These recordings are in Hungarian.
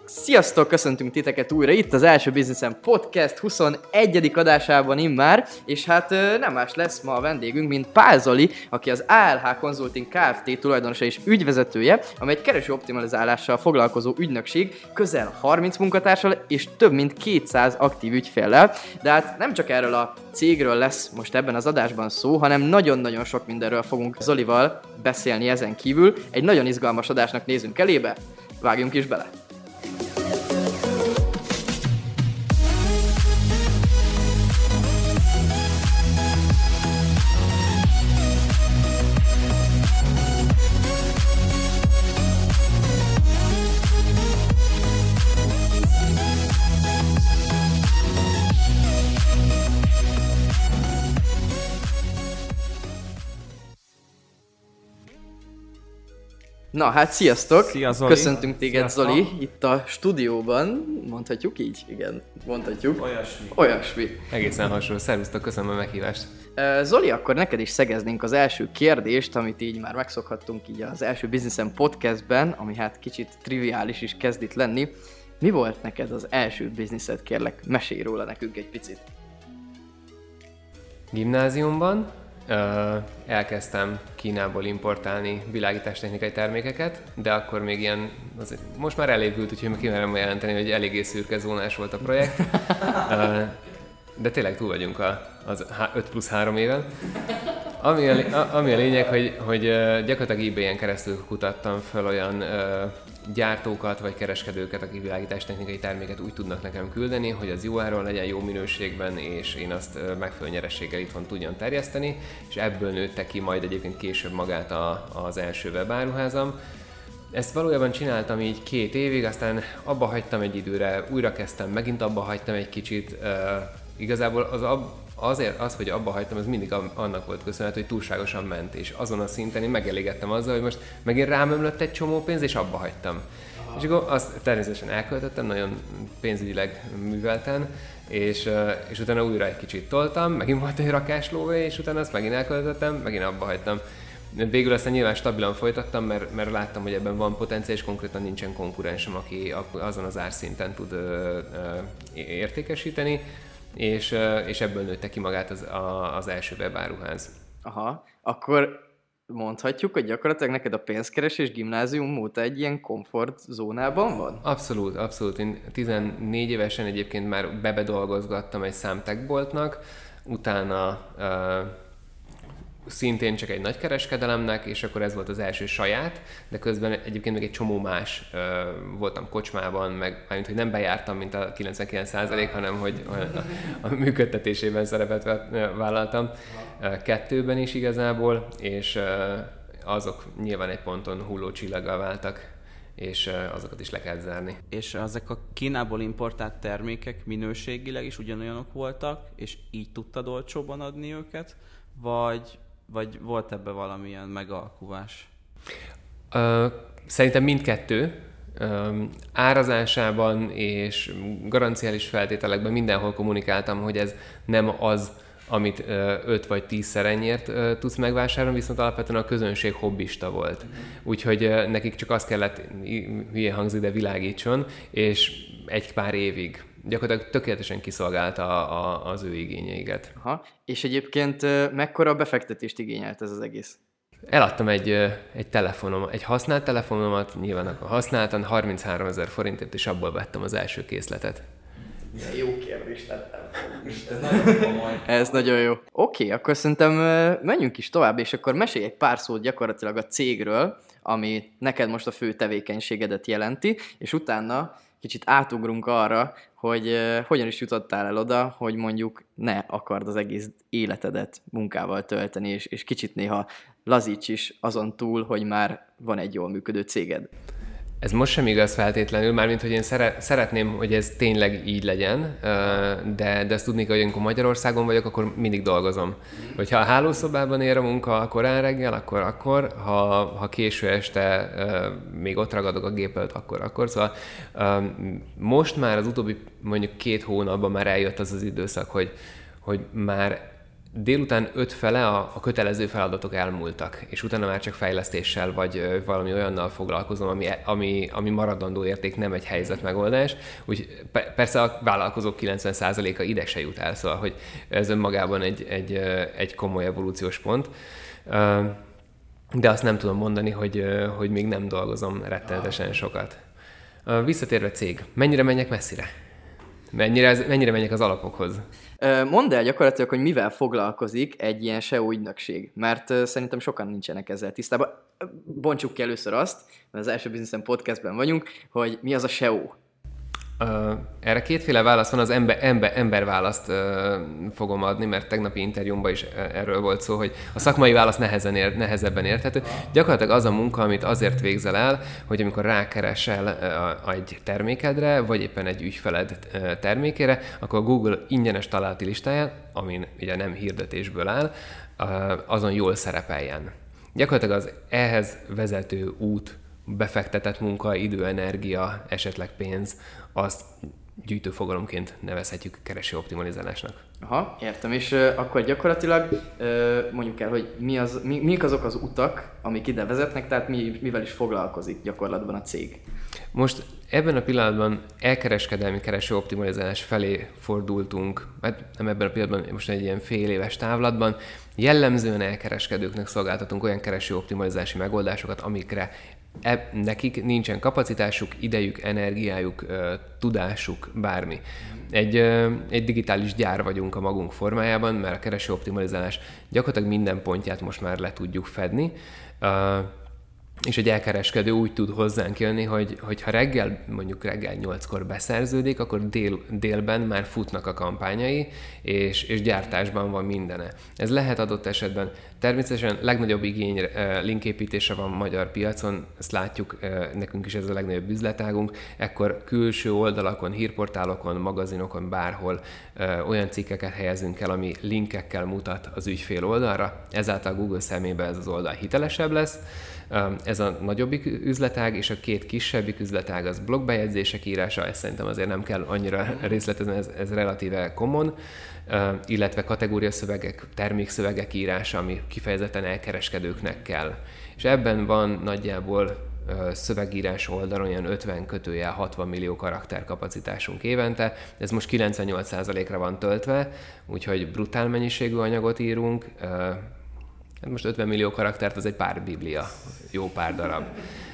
Sziasztok, köszöntünk titeket újra itt az Első Bizniszem Podcast 21. adásában immár, és hát nem más lesz ma a vendégünk, mint Pál Zoli, aki az ALH Consulting Kft. Tulajdonosa és ügyvezetője, amely egy kereső optimalizálással foglalkozó ügynökség, közel 30 munkatársal és több mint 200 aktív ügyféllel, de hát nem csak erről a cégről lesz most ebben az adásban szó, hanem nagyon-nagyon sok mindenről fogunk Zolival beszélni ezen kívül. Egy nagyon izgalmas adásnak nézünk elébe, vágjunk is bele! Na hát sziasztok! Szia, Zoli. Köszöntünk téged, Sziasztok. Zoli, itt a stúdióban. Mondhatjuk így? Igen, mondhatjuk. Olyasmi. Egészen hasonló. Szervusztok, köszönöm a meghívást. Zoli, akkor neked is szegeznénk az első kérdést, amit így már megszokhattunk így az Első Bizniszem Podcastben, ami hát kicsit triviális is kezd itt lenni. Mi volt neked az első bizniszed, kérlek? Mesélj róla nekünk egy picit. Gimnáziumban elkezdtem Kínából importálni világítástechnikai termékeket, de akkor még ilyen, most már elévült, úgyhogy kimerem jelenteni, hogy eléggé szürke zónás volt a projekt. De tényleg túl vagyunk az 5+3 éven. Ami a lényeg, hogy gyakorlatilag eBay-en keresztül kutattam fel olyan gyártókat vagy kereskedőket, akik világítástechnikai terméket úgy tudnak nekem küldeni, hogy az jó áron legyen, jó minőségben, és én azt megfelelő nyerességgel itthon tudjam terjeszteni, és ebből nőtte ki majd egyébként később magát az első webáruházam. Ezt valójában csináltam így 2 évig, aztán abba hagytam egy időre, újra kezdtem, megint abba hagytam egy kicsit. Igazából az, hogy abba hagytam, az mindig annak volt köszönhető, hogy túlságosan ment, és azon a szinten én megelégettem azzal, hogy most megint rám ömlött egy csomó pénz, és abba hagytam. És akkor azt természetesen elköltöttem, nagyon pénzügyileg művelten, és utána újra egy kicsit toltam, megint volt egy rakás lóvé, és utána azt megint elköltöttem, megint abba hagytam. Végül aztán nyilván stabilan folytattam, mert láttam, hogy ebben van potenciál, és konkrétan nincsen konkurensem, aki azon az árszinten tud értékesíteni. És ebből nőtte ki magát az első webáruház. Aha, akkor mondhatjuk, hogy gyakorlatilag neked a pénzkeresés gimnázium óta egy ilyen komfortzónában van? Abszolút, abszolút. Én 14 évesen egyébként már bebedolgozgattam egy számtechboltnak, utána szintén csak egy nagy kereskedelemnek, és akkor ez volt az első saját, de közben egyébként még egy csomó más voltam kocsmában, meg mármint, hogy nem bejártam, mint a 99%, hanem hogy a működtetésében szerepet vállaltam. 2-ben is igazából, és azok nyilván egy ponton hullócsillaggal váltak, és azokat is le kell zárni. És ezek a Kínából importált termékek minőségileg is ugyanolyanok voltak, és így tudtad olcsóban adni őket, vagy volt ebbe valamilyen megalkuvás? Szerintem mindkettő. Árazásában és garanciális feltételekben mindenhol kommunikáltam, hogy ez nem az, amit 5 vagy 10-szer ennyiért tudsz megvásárolni, viszont alapvetően a közönség hobbista volt. Úgyhogy nekik csak azt kellett, hülye hangzik, de világítson, és egy pár évig gyakorlatilag tökéletesen kiszolgálta az ő igényeiket. Aha. És egyébként mekkora befektetést igényelt ez az egész? Eladtam egy telefonom, egy használt telefonomat, nyilván akkor használtan, 33 000 forintért, és abból vettem az első készletet. Jó kérdést tettem. Ez nagyon komoly. Ez nagyon jó. Oké, akkor szerintem menjünk is tovább, és akkor mesélj egy pár szót gyakorlatilag a cégről, ami neked most a fő tevékenységedet jelenti, és utána kicsit átugrunk arra, hogy hogyan is jutottál el oda, hogy mondjuk ne akard az egész életedet munkával tölteni, és kicsit néha lazíts is azon túl, hogy már van egy jól működő céged. Ez most sem igaz feltétlenül, mármint, hogy én szeretném, hogy ez tényleg így legyen, de ezt tudni kell, hogy amikor Magyarországon vagyok, akkor mindig dolgozom. Hogyha a hálószobában ér a munka korán reggel, akkor ha késő este még ott ragadok a gép előtt, akkor. Szóval most már az utóbbi mondjuk 2 hónapban már eljött az időszak, hogy már délután 5 fele a kötelező feladatok elmúltak, és utána már csak fejlesztéssel, vagy valami olyannal foglalkozom, ami maradandó érték, nem egy helyzetmegoldás. Úgy persze a vállalkozók 90%-a ide se jut el, szóval, hogy ez önmagában egy komoly evolúciós pont. De azt nem tudom mondani, hogy még nem dolgozom rettenetesen sokat. Visszatérve cég, mennyire menjek messzire? Mennyire menjek az alapokhoz? Mondd el gyakorlatilag, hogy mivel foglalkozik egy ilyen SEO ügynökség, mert szerintem sokan nincsenek ezzel tisztában. Bontsuk ki először azt, mert az első Business podcastben vagyunk, hogy mi az a SEO. Erre kétféle válasz van, az ember választ fogom adni, mert tegnapi interjúmban is erről volt szó, hogy a szakmai válasz nehezebben érthető. Gyakorlatilag az a munka, amit azért végzel el, hogy amikor rákeresel egy termékedre, vagy éppen egy ügyfeled termékére, akkor a Google ingyenes találati listáján, amin ugye nem hirdetésből áll, azon jól szerepeljen. Gyakorlatilag az ehhez vezető út, befektetett munka, idő, energia, esetleg pénz, azt gyűjtőfogalomként nevezhetjük kereső optimalizálásnak. Aha, értem, és akkor gyakorlatilag mondjuk el, hogy mik azok az utak, amik ide vezetnek, tehát mivel is foglalkozik gyakorlatban a cég? Most ebben a pillanatban elkereskedelmi kereső optimalizálás felé fordultunk, hát nem ebben a pillanatban, most egy ilyen fél éves távlatban, jellemzően elkereskedőknek szolgáltatunk olyan kereső optimalizási megoldásokat, amikre nekik nincsen kapacitásuk, idejük, energiájuk, tudásuk, bármi. Egy digitális gyár vagyunk a magunk formájában, mert a kereső optimalizálás gyakorlatilag minden pontját most már le tudjuk fedni, és egy elkereskedő úgy tud hozzánk jönni, hogy ha mondjuk reggel 8-kor beszerződik, akkor délben már futnak a kampányai, és gyártásban van mindene. Ez lehet adott esetben. Természetesen legnagyobb igény linképítésre van magyar piacon, ezt látjuk, nekünk is ez a legnagyobb üzletágunk, ekkor külső oldalakon, hírportálokon, magazinokon, bárhol olyan cikkeket helyezünk el, ami linkekkel mutat az ügyfél oldalra, ezáltal Google szemében ez az oldal hitelesebb lesz. Ez a nagyobbik üzletág, és a két kisebbik üzletág az blogbejegyzések írása, ezt szerintem azért nem kell annyira részletezni, ez relatíve common, illetve kategóriaszövegek, termékszövegek írása, ami kifejezetten elkereskedőknek kell. És ebben van nagyjából szövegírás oldalon olyan 50-60 millió karakter kapacitásunk évente. Ez most 98%-ra van töltve, úgyhogy brutál mennyiségű anyagot írunk. Hát most 50 millió karaktert, az egy pár biblia, jó pár darab.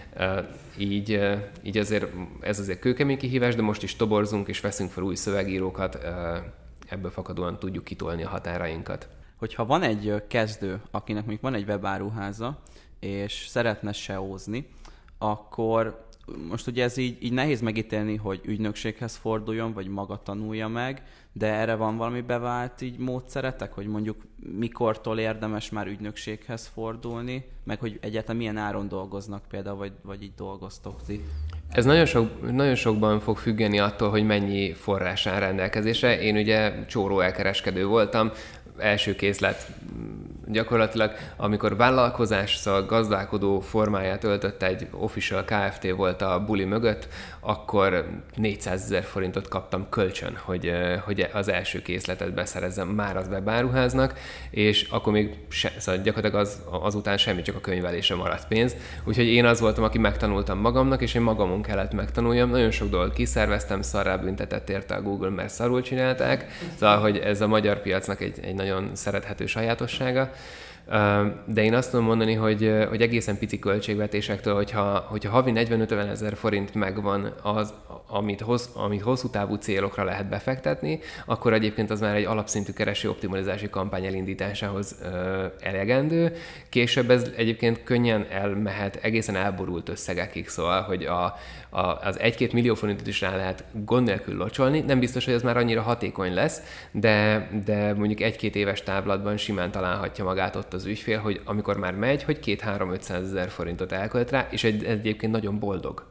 Így azért, ez azért kőkemény kihívás, de most is toborzunk és veszünk fel új szövegírókat, ebből fakadóan tudjuk kitolni a határainkat. Hogyha van egy kezdő, akinek mondjuk van egy webáruháza, és szeretne SEO-zni, akkor most ugye ez így nehéz megítélni, hogy ügynökséghez forduljon, vagy maga tanulja meg, de erre van valami bevált így módszeretek, hogy mondjuk mikortól érdemes már ügynökséghez fordulni, meg hogy egyáltalán milyen áron dolgoznak például, vagy így dolgoztok ti? Ez nagyon sokban fog függeni attól, hogy mennyi forrás áll rendelkezésre. Én ugye csóró elkereskedő voltam, első készlet gyakorlatilag, amikor vállalkozás, szóval gazdálkodó formáját öltött egy official Kft. Volt a buli mögött, akkor 400 000 forintot kaptam kölcsön, hogy az első készletet beszerezzem már az webáruháznak, és akkor még szóval gyakorlatilag azután semmi, csak a könyvelésre maradt pénz. Úgyhogy én az voltam, aki megtanultam magamnak, és én magamon kellett megtanuljam. Nagyon sok dolgot kiszerveztem, szarrá büntetett érte a Google, mert szarul csinálták. Szóval, hogy ez a magyar piacnak egy nagyon szerethető sajátossága. De én azt tudom mondani, hogy egészen pici költségvetésektől, hogyha havi 40-50 ezer forint megvan az, amit hosszú távú célokra lehet befektetni, akkor egyébként az már egy alapszintű kereső optimalizási kampány elindításához elegendő. Később ez egyébként könnyen elmehet egészen elborult összegekig, szóval, hogy az 1-2 millió forintot is rá lehet gond nélkül locsolni. Nem biztos, hogy ez már annyira hatékony lesz, de mondjuk 1-2 éves távlatban simán találhatja magát ott az ügyfél, hogy amikor már megy, hogy 200-500 ezer forintot elkölt rá, és egyébként nagyon boldog.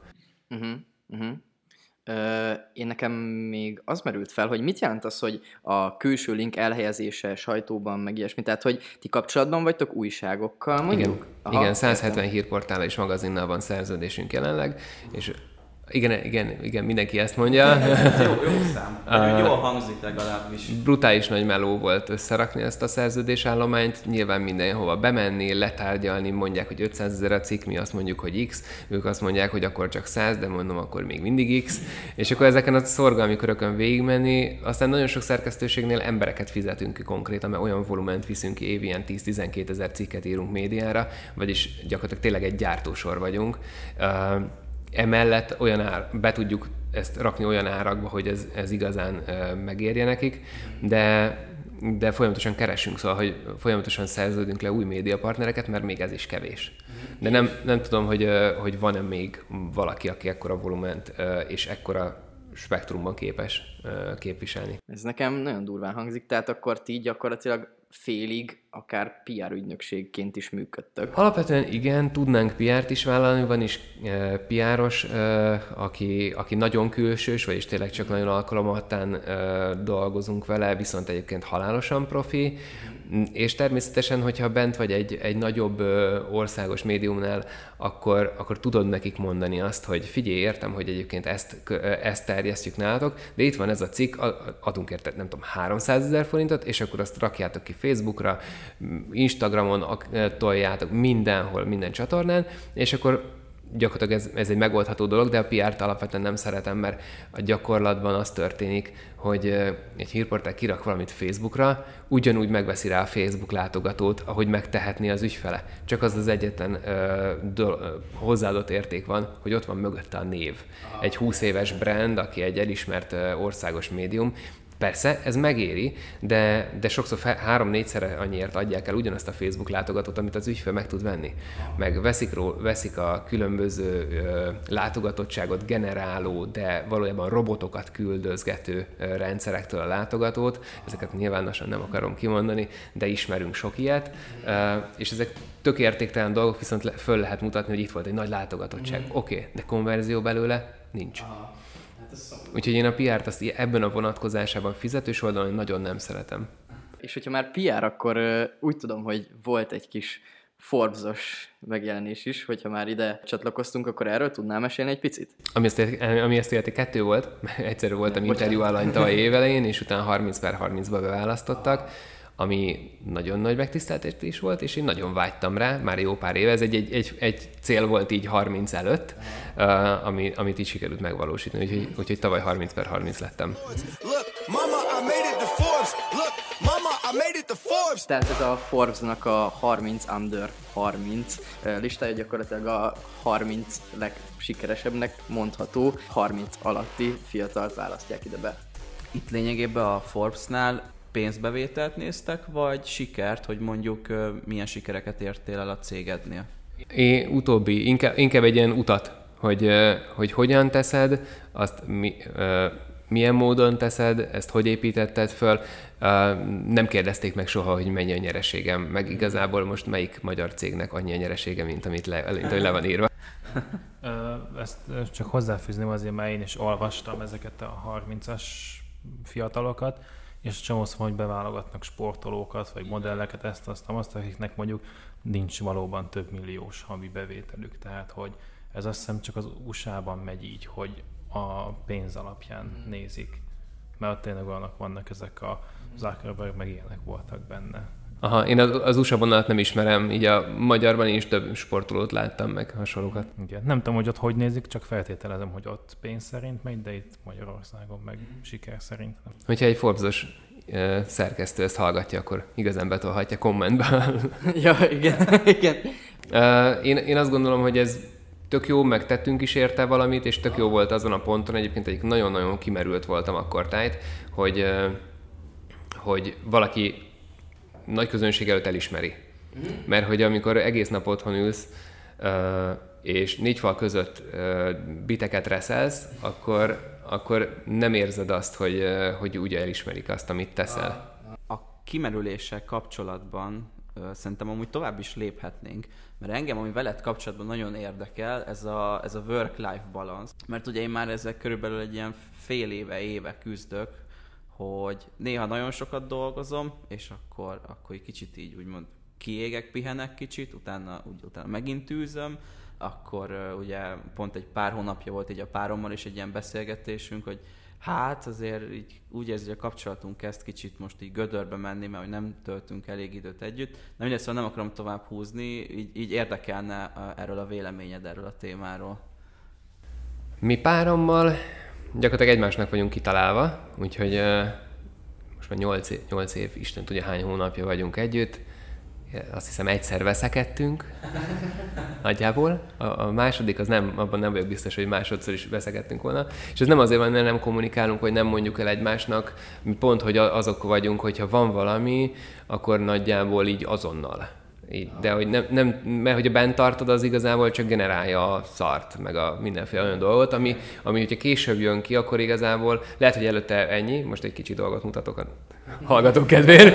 Én nekem még az merült fel, hogy mit jelent az, hogy a külső link elhelyezése sajtóban, meg ilyesmi, tehát hogy ti kapcsolatban vagytok újságokkal, mondjuk? Igen, 170 hírportállal és magazinnal van szerződésünk jelenleg, és Igen, mindenki ezt mondja. Jó szám. Jól hangzik legalábbis. Brutális nagy meló volt összerakni ezt a szerződésállományt. Nyilván mindenhova bemenni, letárgyalni, mondják, hogy 500 000 a cikk, mi azt mondjuk, hogy X, ők azt mondják, hogy akkor csak 100, de mondom, akkor még mindig X. És akkor ezeken a szorgalmi körökön végigmenni, aztán nagyon sok szerkesztőségnél embereket fizetünk ki konkrétan, mert olyan volument viszünk ki, évi ilyen 10-12 000 cikket írunk médiára, vagyis gyakorlatilag tényleg egy gyártósor vagyunk. Emellett be tudjuk ezt rakni olyan árakba, hogy ez igazán megérje nekik, de folyamatosan keresünk, szóval, hogy folyamatosan szerződünk le új médiapartnereket, mert még ez is kevés. De nem tudom, hogy van-e még valaki, aki ekkora volument és ekkora spektrumban képes képviselni. Ez nekem nagyon durván hangzik, tehát akkor ti gyakorlatilag félig akár PR ügynökségként is működtök. Alapvetően igen, tudnánk PR-t is vállalni, van is PR-os, aki nagyon külsős, vagyis tényleg csak nagyon alkalomattán dolgozunk vele, viszont egyébként halálosan profi, és természetesen, hogyha bent vagy egy nagyobb országos médiumnál, akkor tudod nekik mondani azt, hogy figyelj, értem, hogy egyébként ezt terjesztjük nálatok, de itt van ez a cikk, adunk érte, nem tudom, 300 000 forintot, és akkor azt rakjátok ki Facebookra, Instagramon toljátok, mindenhol, minden csatornán, és akkor gyakorlatilag ez egy megoldható dolog, de a PR-t alapvetően nem szeretem, mert a gyakorlatban az történik, hogy egy hírportál kirak valamit Facebookra, ugyanúgy megveszi rá a Facebook látogatót, ahogy megtehetné az ügyfele. Csak az egyetlen hozzáadott érték van, hogy ott van mögötte a név. Egy 20 éves brand, aki egy elismert országos médium. Persze, ez megéri, de sokszor 3-4-szer annyiért adják el ugyanazt a Facebook látogatót, amit az ügyfél meg tud venni. Meg veszik a különböző látogatottságot generáló, de valójában robotokat küldözgető rendszerektől a látogatót. Ezeket nyilvánosan nem akarom kimondani, de ismerünk sok ilyet. És ezek tök értéktelen dolgok, viszont föl lehet mutatni, hogy itt volt egy nagy látogatottság. Oké, de konverzió belőle nincs. Úgyhogy én a PR-t azt ebben a vonatkozásában fizetős oldalon nagyon nem szeretem. És hogyha már PR, akkor úgy tudom, hogy volt egy kis Forbes-os megjelenés is, hogyha már ide csatlakoztunk, akkor erről tudnál mesélni egy picit? Ami ezt illeti 2 volt, egyszerű voltam interjú alany tavaly évelején, és utána 30/30-ba beválasztottak, ami nagyon nagy megtiszteltetés volt, és én nagyon vágytam rá, már jó pár éve. Ez egy cél volt így 30 előtt, amit így sikerült megvalósítani, úgyhogy tavaly 30/30 lettem. Tehát ez a Forbes-nak a 30 under 30 listája gyakorlatilag a 30 legsikeresebbnek mondható 30 alatti fiatalt választják ide be. Itt lényegében a Forbes-nál pénzbevételt néztek, vagy sikert, hogy mondjuk milyen sikereket értél el a cégednél? Utóbbi, inkább egy ilyen utat, hogy hogyan teszed, azt milyen módon teszed, ezt hogy építetted föl. Nem kérdezték meg soha, hogy mennyi a nyereségem, meg igazából most melyik magyar cégnek annyi a nyeresége, mint amit le van írva. Ezt csak hozzáfűzném azért, mert én is olvastam ezeket a 30-as fiatalokat, és csomószor, hogy beválogatnak sportolókat, vagy modelleket, azt, akiknek mondjuk nincs valóban több milliós havi bevételük. Tehát, hogy ez azt hiszem csak az USA-ban megy így, hogy a pénz alapján nézik. Mert ott tényleg vannak ezek a Zuckerberg, meg ilyenek voltak benne. Aha, én az USA vonalat nem ismerem, így a magyarban én is több sportolót láttam meg hasonlókat. Igen. Nem tudom, hogy ott hogy nézik, csak feltételezem, hogy ott pénz szerint megy, de itt Magyarországon meg siker szerint nem. Hogyha egy Forbes-os szerkesztő ezt hallgatja, akkor igazán betolhatja kommentben. Ja, igen. Én azt gondolom, hogy ez tök jó, meg tettünk is érte valamit, és tök jó volt azon a ponton, egyébként egyik nagyon-nagyon kimerült voltam akkortájt, hogy valaki nagy közönség előtt elismeri. Mert hogy amikor egész nap otthon ülsz, és 4 fal között biteket reszelsz, akkor nem érzed azt, hogy úgy elismerik azt, amit teszel. A kimerüléssel kapcsolatban szerintem amúgy tovább is léphetnénk, mert engem, ami veled kapcsolatban nagyon érdekel, ez a work-life balance. Mert ugye én már ezzel körülbelül egy ilyen fél éve küzdök, hogy néha nagyon sokat dolgozom, és akkor egy kicsit így úgymond kiégek, pihenek kicsit, utána megint űzöm, akkor ugye pont egy pár hónapja volt így a párommal is egy ilyen beszélgetésünk, hogy hát azért így úgy érzi, hogy a kapcsolatunk kezd kicsit most így gödörbe menni, mert hogy nem töltünk elég időt együtt. De mindegy, szóval nem akarom tovább húzni, így érdekelne erről a véleményed, erről a témáról. Mi párommal gyakorlatilag egymásnak vagyunk kitalálva, úgyhogy most már 8 év, Isten tudja hány hónapja vagyunk együtt. Azt hiszem egyszer veszekedtünk, nagyjából. A második, az nem, abban nem vagyok biztos, hogy másodszor is veszekedtünk volna. És ez nem azért van, mert nem kommunikálunk, vagy nem mondjuk el egymásnak. Mi pont, hogy azok vagyunk, hogyha van valami, akkor nagyjából így azonnal. De hogy nem, mert hogy a bent tartod, az igazából csak generálja a szart, meg a mindenféle olyan dolgot, ami hogyha később jön ki, akkor igazából lehet, hogy előtte ennyi, most egy kicsi dolgot mutatok a hallgatók kedvéért,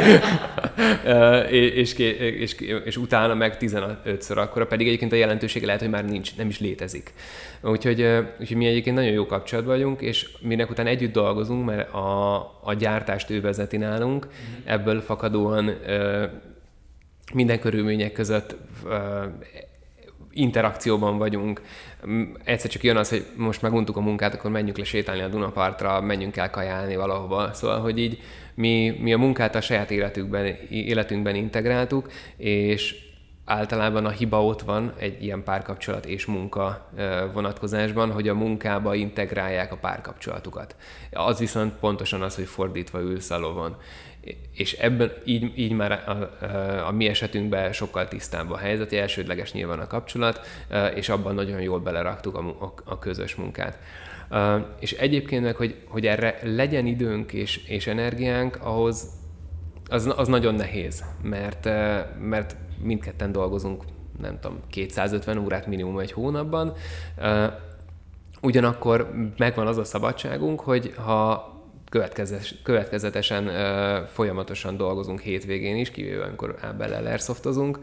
és utána meg 15-ször akkora, pedig egyébként a jelentősége lehet, hogy már nem is létezik. Úgyhogy mi egyébként nagyon jó kapcsolatban vagyunk, és minek után együtt dolgozunk, mert a gyártást ő vezeti nálunk, ebből fakadóan minden körülmények között interakcióban vagyunk. Egyszer csak jön az, hogy most meguntuk a munkát, akkor menjünk le sétálni a Dunapartra, menjünk el kajálni valahova. Szóval, hogy így mi a munkát a saját életünkben integráltuk, és általában a hiba ott van egy ilyen párkapcsolat és munka vonatkozásban, hogy a munkába integrálják a párkapcsolatukat. Az viszont pontosan az, hogy fordítva ülsz a lovon. És ebben így már a mi esetünkben sokkal tisztább a helyzet, elsődleges nyilván a kapcsolat, és abban nagyon jól beleraktuk a közös munkát. És egyébként meg, hogy erre legyen időnk és energiánk, ahhoz az nagyon nehéz, mert mindketten dolgozunk, nem tudom, 250 órát minimum egy hónapban. Ugyanakkor megvan az a szabadságunk, hogy ha következetesen folyamatosan dolgozunk hétvégén is, kivéve amikor Ábellel airsoftozunk,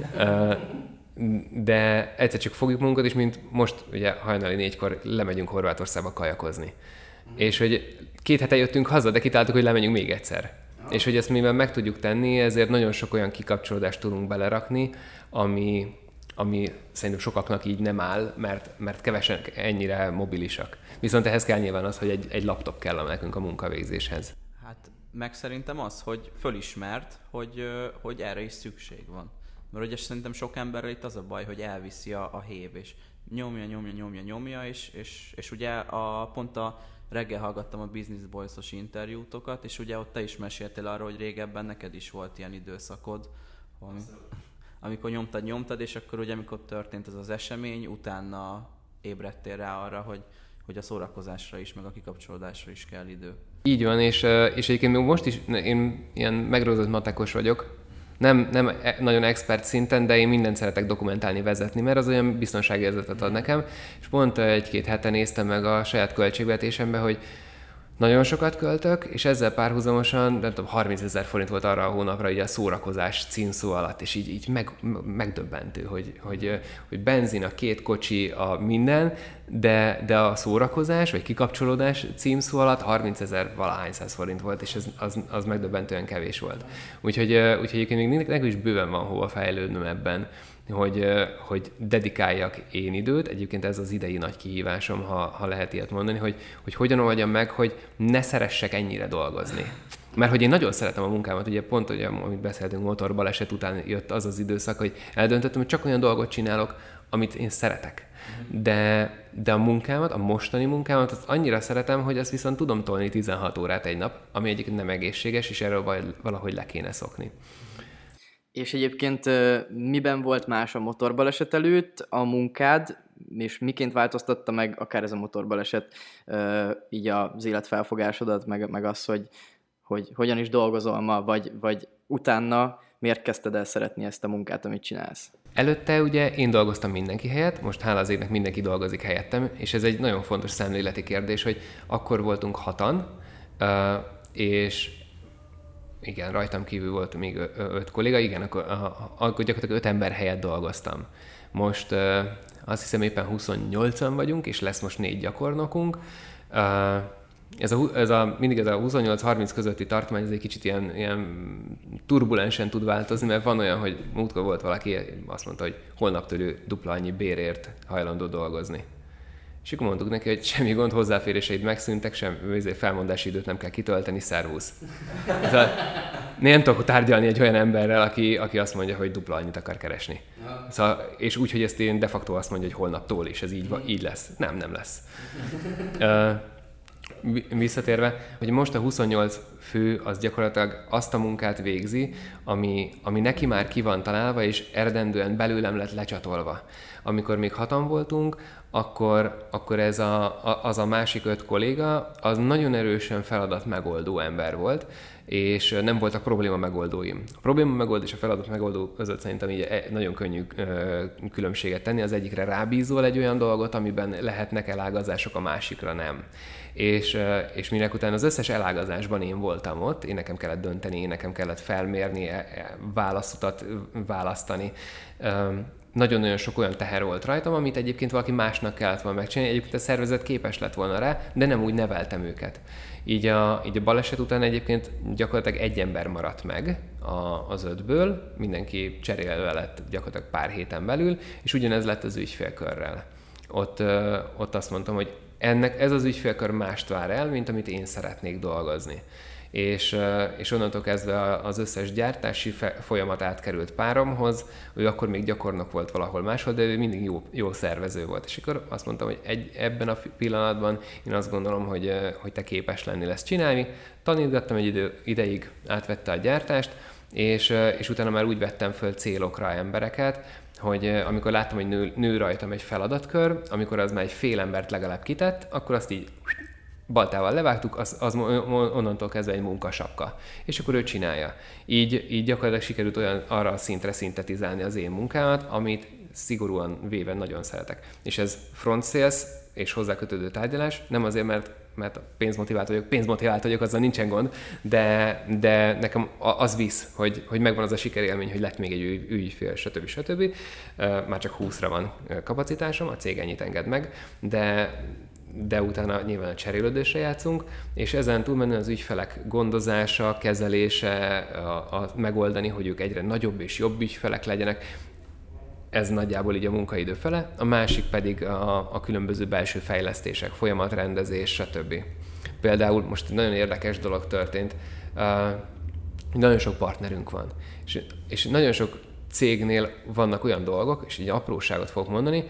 de egyszer csak fogjuk magunkat, és mint most ugye hajnali 4-kor lemegyünk Horvátországba kajakozni. És hogy 2 hete jöttünk haza, de kitáltuk, hogy lemegyünk még egyszer. És hogy ezt mivel meg tudjuk tenni, ezért nagyon sok olyan kikapcsolódást tudunk belerakni, ami szerintem sokaknak így nem áll, mert kevesen ennyire mobilisak. Viszont ehhez kell nyilván az, hogy egy laptop kell nekünk a munkavégzéshez. Hát meg szerintem az, hogy fölismert, hogy erre is szükség van. Mert ugye szerintem sok emberrel itt az a baj, hogy elviszi a hév, és nyomja, és ugye pont a reggel hallgattam a Business Boys-os interjútokat, és ugye ott te is meséltél arról, hogy régebben neked is volt ilyen időszakod, amikor nyomtad, és akkor ugye amikor történt ez az esemény, utána ébredtél rá arra, hogy a szórakozásra is, meg a kikapcsolódásra is kell idő. Így van, és egyébként még most is én ilyen megrózott matekos vagyok, nem nagyon expert szinten, de én mindent szeretek dokumentálni, vezetni, mert az olyan biztonságérzetet ad nekem, és pont 1-2 hete néztem meg a saját költségvetésembe, hogy nagyon sokat költök, és ezzel párhuzamosan, nem tudom, 30 000 forint volt arra a hónapra így a szórakozás címszó alatt, és így megdöbbentő, hogy benzin, a 2 kocsi, a minden, de a szórakozás, vagy kikapcsolódás címszó alatt 30 000 valahány száz forint volt, és az megdöbbentően kevés volt. Úgyhogy egyébként még nekem is bőven van hova fejlődnöm ebben, hogy dedikáljak én időt. Egyébként ez az idei nagy kihívásom, ha lehet ilyet mondani, hogy hogyan oldjam meg, hogy ne szeressek ennyire dolgozni. Mert hogy én nagyon szeretem a munkámat, ugye pont, ugye, amit beszéltünk, motorbaleset után jött az időszak, hogy eldöntöttem, hogy csak olyan dolgot csinálok, amit én szeretek. De a munkámat, a mostani munkámat, azt annyira szeretem, hogy azt viszont tudom tolni 16 órát egy nap, ami egyébként nem egészséges, és erről valahogy le kéne szokni. És egyébként miben volt más a motorbaleset előtt a munkád, és miként változtatta meg akár ez a motorbaleset így az életfelfogásodat, meg az, hogy hogyan is dolgozol ma, vagy utána miért kezdted el szeretni ezt a munkát, amit csinálsz? Előtte ugye én dolgoztam mindenki helyett, most hála az égnek mindenki dolgozik helyettem, és ez egy nagyon fontos szemléleti kérdés, hogy akkor voltunk 6-an, és igen, rajtam kívül volt még 5 kolléga, igen, akkor gyakorlatilag 5 ember helyett dolgoztam. Most azt hiszem éppen 28-an vagyunk, és lesz most 4 gyakornokunk, mindig ez a 28-30 közötti tartomány, ez egy kicsit ilyen turbulensen tud változni, mert van olyan, hogy múltkor volt valaki, azt mondta, hogy holnaptól ő dupla annyi bérért hajlandó dolgozni. És akkor mondtuk neki, hogy semmi gond, hozzáféréseid megszűntek, felmondási időt nem kell kitölteni, szervusz. Nem tudok tárgyalni egy olyan emberrel, aki azt mondja, hogy dupla annyit akar keresni. Szóval, és úgy, hogy ezt én de facto azt mondja, hogy holnaptól, és ez így lesz. Nem lesz. Visszatérve, hogy most a 28 fő az gyakorlatilag azt a munkát végzi, ami neki már ki van találva, és eredendően belőlem lett lecsatolva. Amikor még 6-an voltunk, akkor ez az a másik 5 kolléga, az nagyon erősen feladat megoldó ember volt, és nem voltak probléma megoldóim. A probléma megoldó és a feladat megoldó között szerintem így nagyon könnyű különbséget tenni. Az egyikre rábízol egy olyan dolgot, amiben lehetnek elágazások, a másikra nem. És minek után az összes elágazásban én voltam ott, én nekem kellett dönteni, én nekem kellett felmérni, válaszutat választani. Nagyon-nagyon sok olyan teher volt rajtam, amit egyébként valaki másnak kellett volna megcsinálni, egyébként a szervezet képes lett volna rá, de nem úgy neveltem őket. Így a baleset után egyébként gyakorlatilag egy ember maradt meg az 5-ből, mindenki cserélve lett gyakorlatilag pár héten belül, és ugyanez lett az ügyfélkörrel. Ott azt mondtam, hogy ez az ügyfélkör mást vár el, mint amit én szeretnék dolgozni. És onnantól kezdve az összes gyártási folyamat átkerült páromhoz, ő akkor még gyakornok volt valahol máshol, de ő mindig jó szervező volt. És akkor azt mondtam, hogy ebben a pillanatban én azt gondolom, hogy te képes lenni ezt csinálni. Tanítgattam egy ideig, átvette a gyártást, és utána már úgy vettem föl célokra embereket, hogy amikor láttam, hogy nő rajtam egy feladatkör, amikor az már egy fél embert legalább kitett, akkor azt így baltával levágtuk, az onnantól kezdve egy munkasapka. És akkor ő csinálja. Így gyakorlatilag sikerült arra a szintre szintetizálni az én munkámat, amit szigorúan véve nagyon szeretek. És ez front sales és hozzákötődő tárgyalás, nem azért, mert pénzmotivált vagyok, azzal nincsen gond, de nekem az visz, hogy megvan az a sikerélmény, hogy lett még egy ügyfél, stb. Már csak 20-ra van kapacitásom, a cég ennyit enged meg, de utána nyilván a cserélődésre játszunk, és ezen túlmenően az ügyfelek gondozása, kezelése, megoldani, hogy ők egyre nagyobb és jobb ügyfelek legyenek, ez nagyjából így a munkaidő fele, a másik pedig a különböző belső fejlesztések, folyamatrendezés, stb. Például most egy nagyon érdekes dolog történt, nagyon sok partnerünk van, és nagyon sok cégnél vannak olyan dolgok, és így apróságot fogok mondani,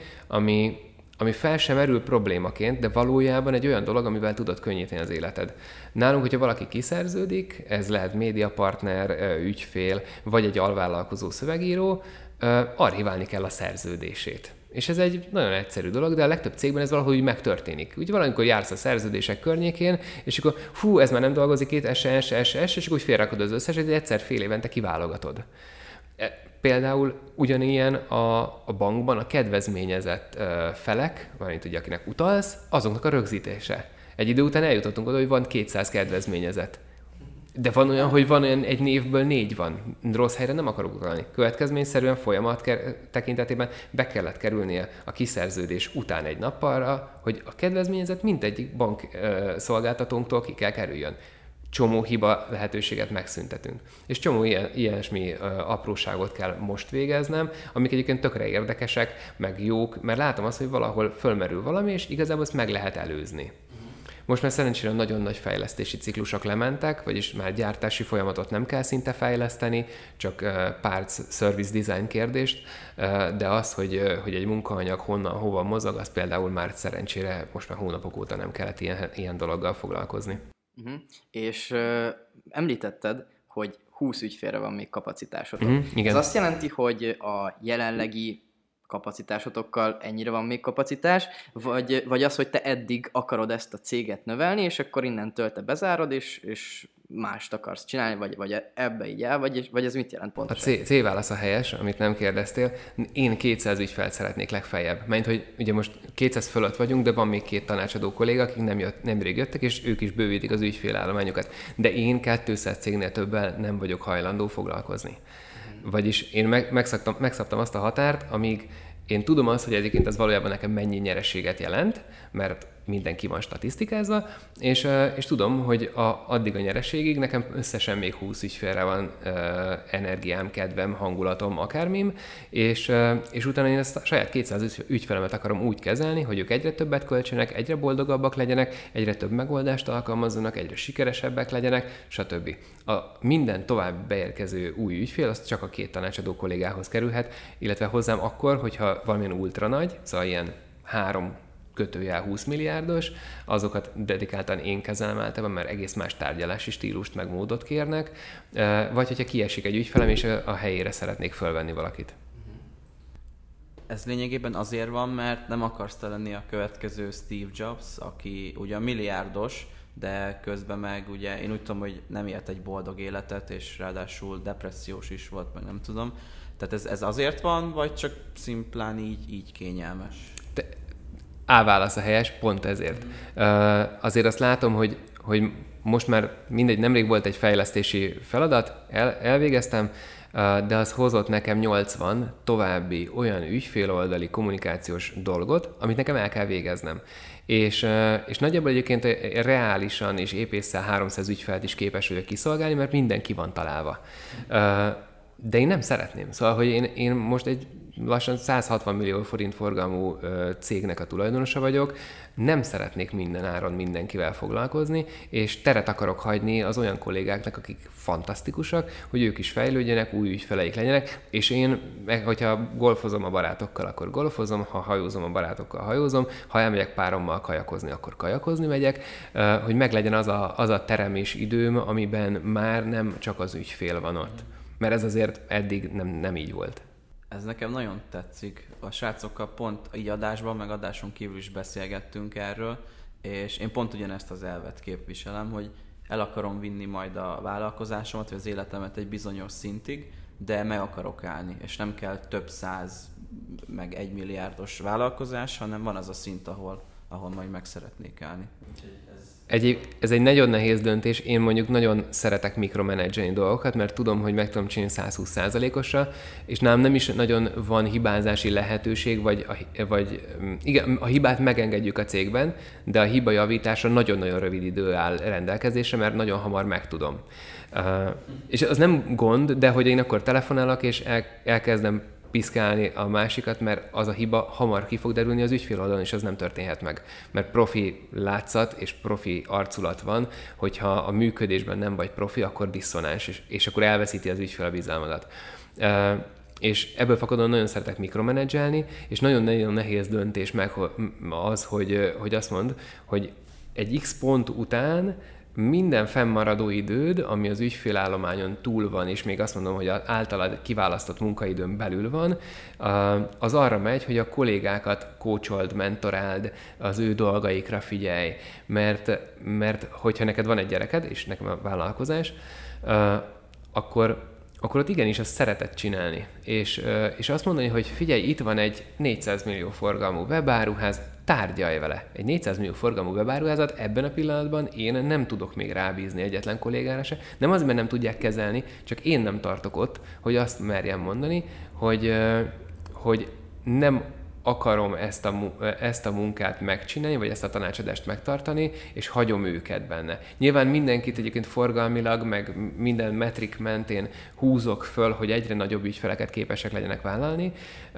ami fel sem merül problémaként, de valójában egy olyan dolog, amivel tudod könnyíteni az életed. Nálunk, hogyha valaki kiszerződik, ez lehet médiapartner, ügyfél, vagy egy alvállalkozó szövegíró, archiválni kell a szerződését. És ez egy nagyon egyszerű dolog, de a legtöbb cégben ez valahogy megtörténik. Úgy valamikor jársz a szerződések környékén, és akkor ez már nem dolgozik itt, és akkor úgy félrakod az összeset, de egyszer fél évente kiválogatod. Például ugyanilyen a bankban a kedvezményezett felek, valamint ugye akinek utalsz, azoknak a rögzítése. Egy idő után eljutottunk oda, hogy van 200 kedvezményezett. De van olyan, hogy van olyan egy névből 4 van. Rossz helyre nem akarok utalni. Következményszerűen folyamat tekintetében be kellett kerülnie a kiszerződés után egy nappalra, hogy a kedvezményezett mindegyik bank szolgáltatónktól ki kell kerüljön. Csomó hiba lehetőséget megszüntetünk. És csomó ilyesmi apróságot kell most végeznem, amik egyébként tökre érdekesek, meg jók, mert látom azt, hogy valahol fölmerül valami, és igazából ezt meg lehet előzni. Most már szerencsére nagyon nagy fejlesztési ciklusok lementek, vagyis már gyártási folyamatot nem kell szinte fejleszteni, csak parts service design kérdést, de az, hogy egy munkaanyag honnan, hova mozog, az például már szerencsére most már hónapok óta nem kellett ilyen dologgal foglalkozni. És említetted, hogy 20 ügyfélre van még kapacitásotok. Igen. Ez azt jelenti, hogy a jelenlegi kapacitásotokkal ennyire van még kapacitás, vagy az, hogy te eddig akarod ezt a céget növelni, és akkor innentől te bezárod, és mást akarsz csinálni, vagy ebbe így el, vagy ez mit jelent pontosan? A C válasz a helyes, amit nem kérdeztél. Én 200 ügyfelt szeretnék legfeljebb. Mert hogy ugye most 200 fölött vagyunk, de van még 2 tanácsadó kolléga, akik nemrég jöttek, és ők is bővítik az ügyfélállományokat. De én 200 cégnél többel nem vagyok hajlandó foglalkozni. Vagyis én megszabtam azt a határt, amíg én tudom azt, hogy egyébként ez valójában nekem mennyi nyereséget jelent, mert mindenki van statisztikázva, és tudom, hogy addig a nyereségig nekem összesen még 20 ügyfélre van energiám, kedvem, hangulatom, akármim, és utána én ezt a saját 200 ügyfelemet akarom úgy kezelni, hogy ők egyre többet költsenek, egyre boldogabbak legyenek, egyre több megoldást alkalmazzanak, egyre sikeresebbek legyenek, stb. A minden tovább beérkező új ügyfél, az csak a 2 tanácsadó kollégához kerülhet, illetve hozzám akkor, hogyha valamilyen ultra nagy, szóval ilyen 3-20 milliárdos, azokat dedikáltan én kezelem általában, mert egész más tárgyalási stílust meg módot kérnek, vagy hogyha kiesik egy ügyfelem, és a helyére szeretnék fölvenni valakit. Ez lényegében azért van, mert nem akarsz te lenni a következő Steve Jobs, aki ugye milliárdos, de közben meg ugye én úgy tudom, hogy nem élt egy boldog életet, és ráadásul depressziós is volt, meg nem tudom. Tehát ez azért van, vagy csak szimplán így kényelmes? A válasz a helyes, pont ezért. Azért azt látom, hogy most már mindegy, nemrég volt egy fejlesztési feladat, elvégeztem, de az hozott nekem 80 további olyan ügyféloldali kommunikációs dolgot, amit nekem el kell végeznem. És nagyjából egyébként reálisan és épésszel 300 ügyfelt is képes vagyok kiszolgálni, mert mindenki van találva. De én nem szeretném. Szóval, hogy én most egy lassan 160 millió forint forgalmú cégnek a tulajdonosa vagyok, nem szeretnék minden áron mindenkivel foglalkozni, és teret akarok hagyni az olyan kollégáknak, akik fantasztikusak, hogy ők is fejlődjenek, új ügyfeleik legyenek, és én, hogyha golfozom a barátokkal, akkor golfozom, ha hajózom a barátokkal, hajózom, ha elmegyek párommal kajakozni, akkor kajakozni megyek, hogy meglegyen az a terem és időm, amiben már nem csak az ügyfél van ott. Mert ez azért eddig nem így volt. Ez nekem nagyon tetszik. A srácokkal pont így adásban, meg adáson kívül is beszélgettünk erről, és én pont ugyanezt az elvet képviselem, hogy el akarom vinni majd a vállalkozásomat, vagy az életemet egy bizonyos szintig, de meg akarok állni, és nem kell több 100 meg 1 milliárdos vállalkozás, hanem van az a szint, ahol majd meg szeretnék állni. Ez egy nagyon nehéz döntés. Én mondjuk nagyon szeretek mikromenedzselni dolgokat, mert tudom, hogy meg tudom csinálni 120%-osra, és nálam nem is nagyon van hibázási lehetőség, vagy igen, a hibát megengedjük a cégben, de a hiba javításra nagyon-nagyon rövid idő áll rendelkezésre, mert nagyon hamar megtudom. És az nem gond, de hogy én akkor telefonálok, és elkezdem piszkálni a másikat, mert az a hiba hamar ki fog derülni az ügyfél oldalon, és az nem történhet meg. Mert profi látszat és profi arculat van, hogyha a működésben nem vagy profi, akkor diszonáns, és akkor elveszíti az ügyfél a bizalmadat. És ebből fakadóan nagyon szeretek mikromenedzselni, és nagyon-nagyon nehéz döntés meg az, hogy azt mond, hogy egy X pont után minden fennmaradó időd, ami az ügyfélállományon túl van, és még azt mondom, hogy az általad kiválasztott munkaidőn belül van, az arra megy, hogy a kollégákat coachold, mentoráld, az ő dolgaikra figyelj. Mert hogyha neked van egy gyereked, és nekem a vállalkozás, akkor ott igenis azt szereted csinálni. És azt mondani, hogy figyelj, itt van egy 400 millió forgalmú webáruház, tárgyalj vele. Egy 400 millió forgalmú webáruházat ebben a pillanatban én nem tudok még rábízni egyetlen kollégára se. Nem az, mert nem tudják kezelni, csak én nem tartok ott, hogy azt merjem mondani, hogy nem akarom ezt a munkát megcsinálni, vagy ezt a tanácsadást megtartani, és hagyom őket benne. Nyilván mindenkit egyébként forgalmilag, meg minden metrik mentén húzok föl, hogy egyre nagyobb ügyfeleket képesek legyenek vállalni,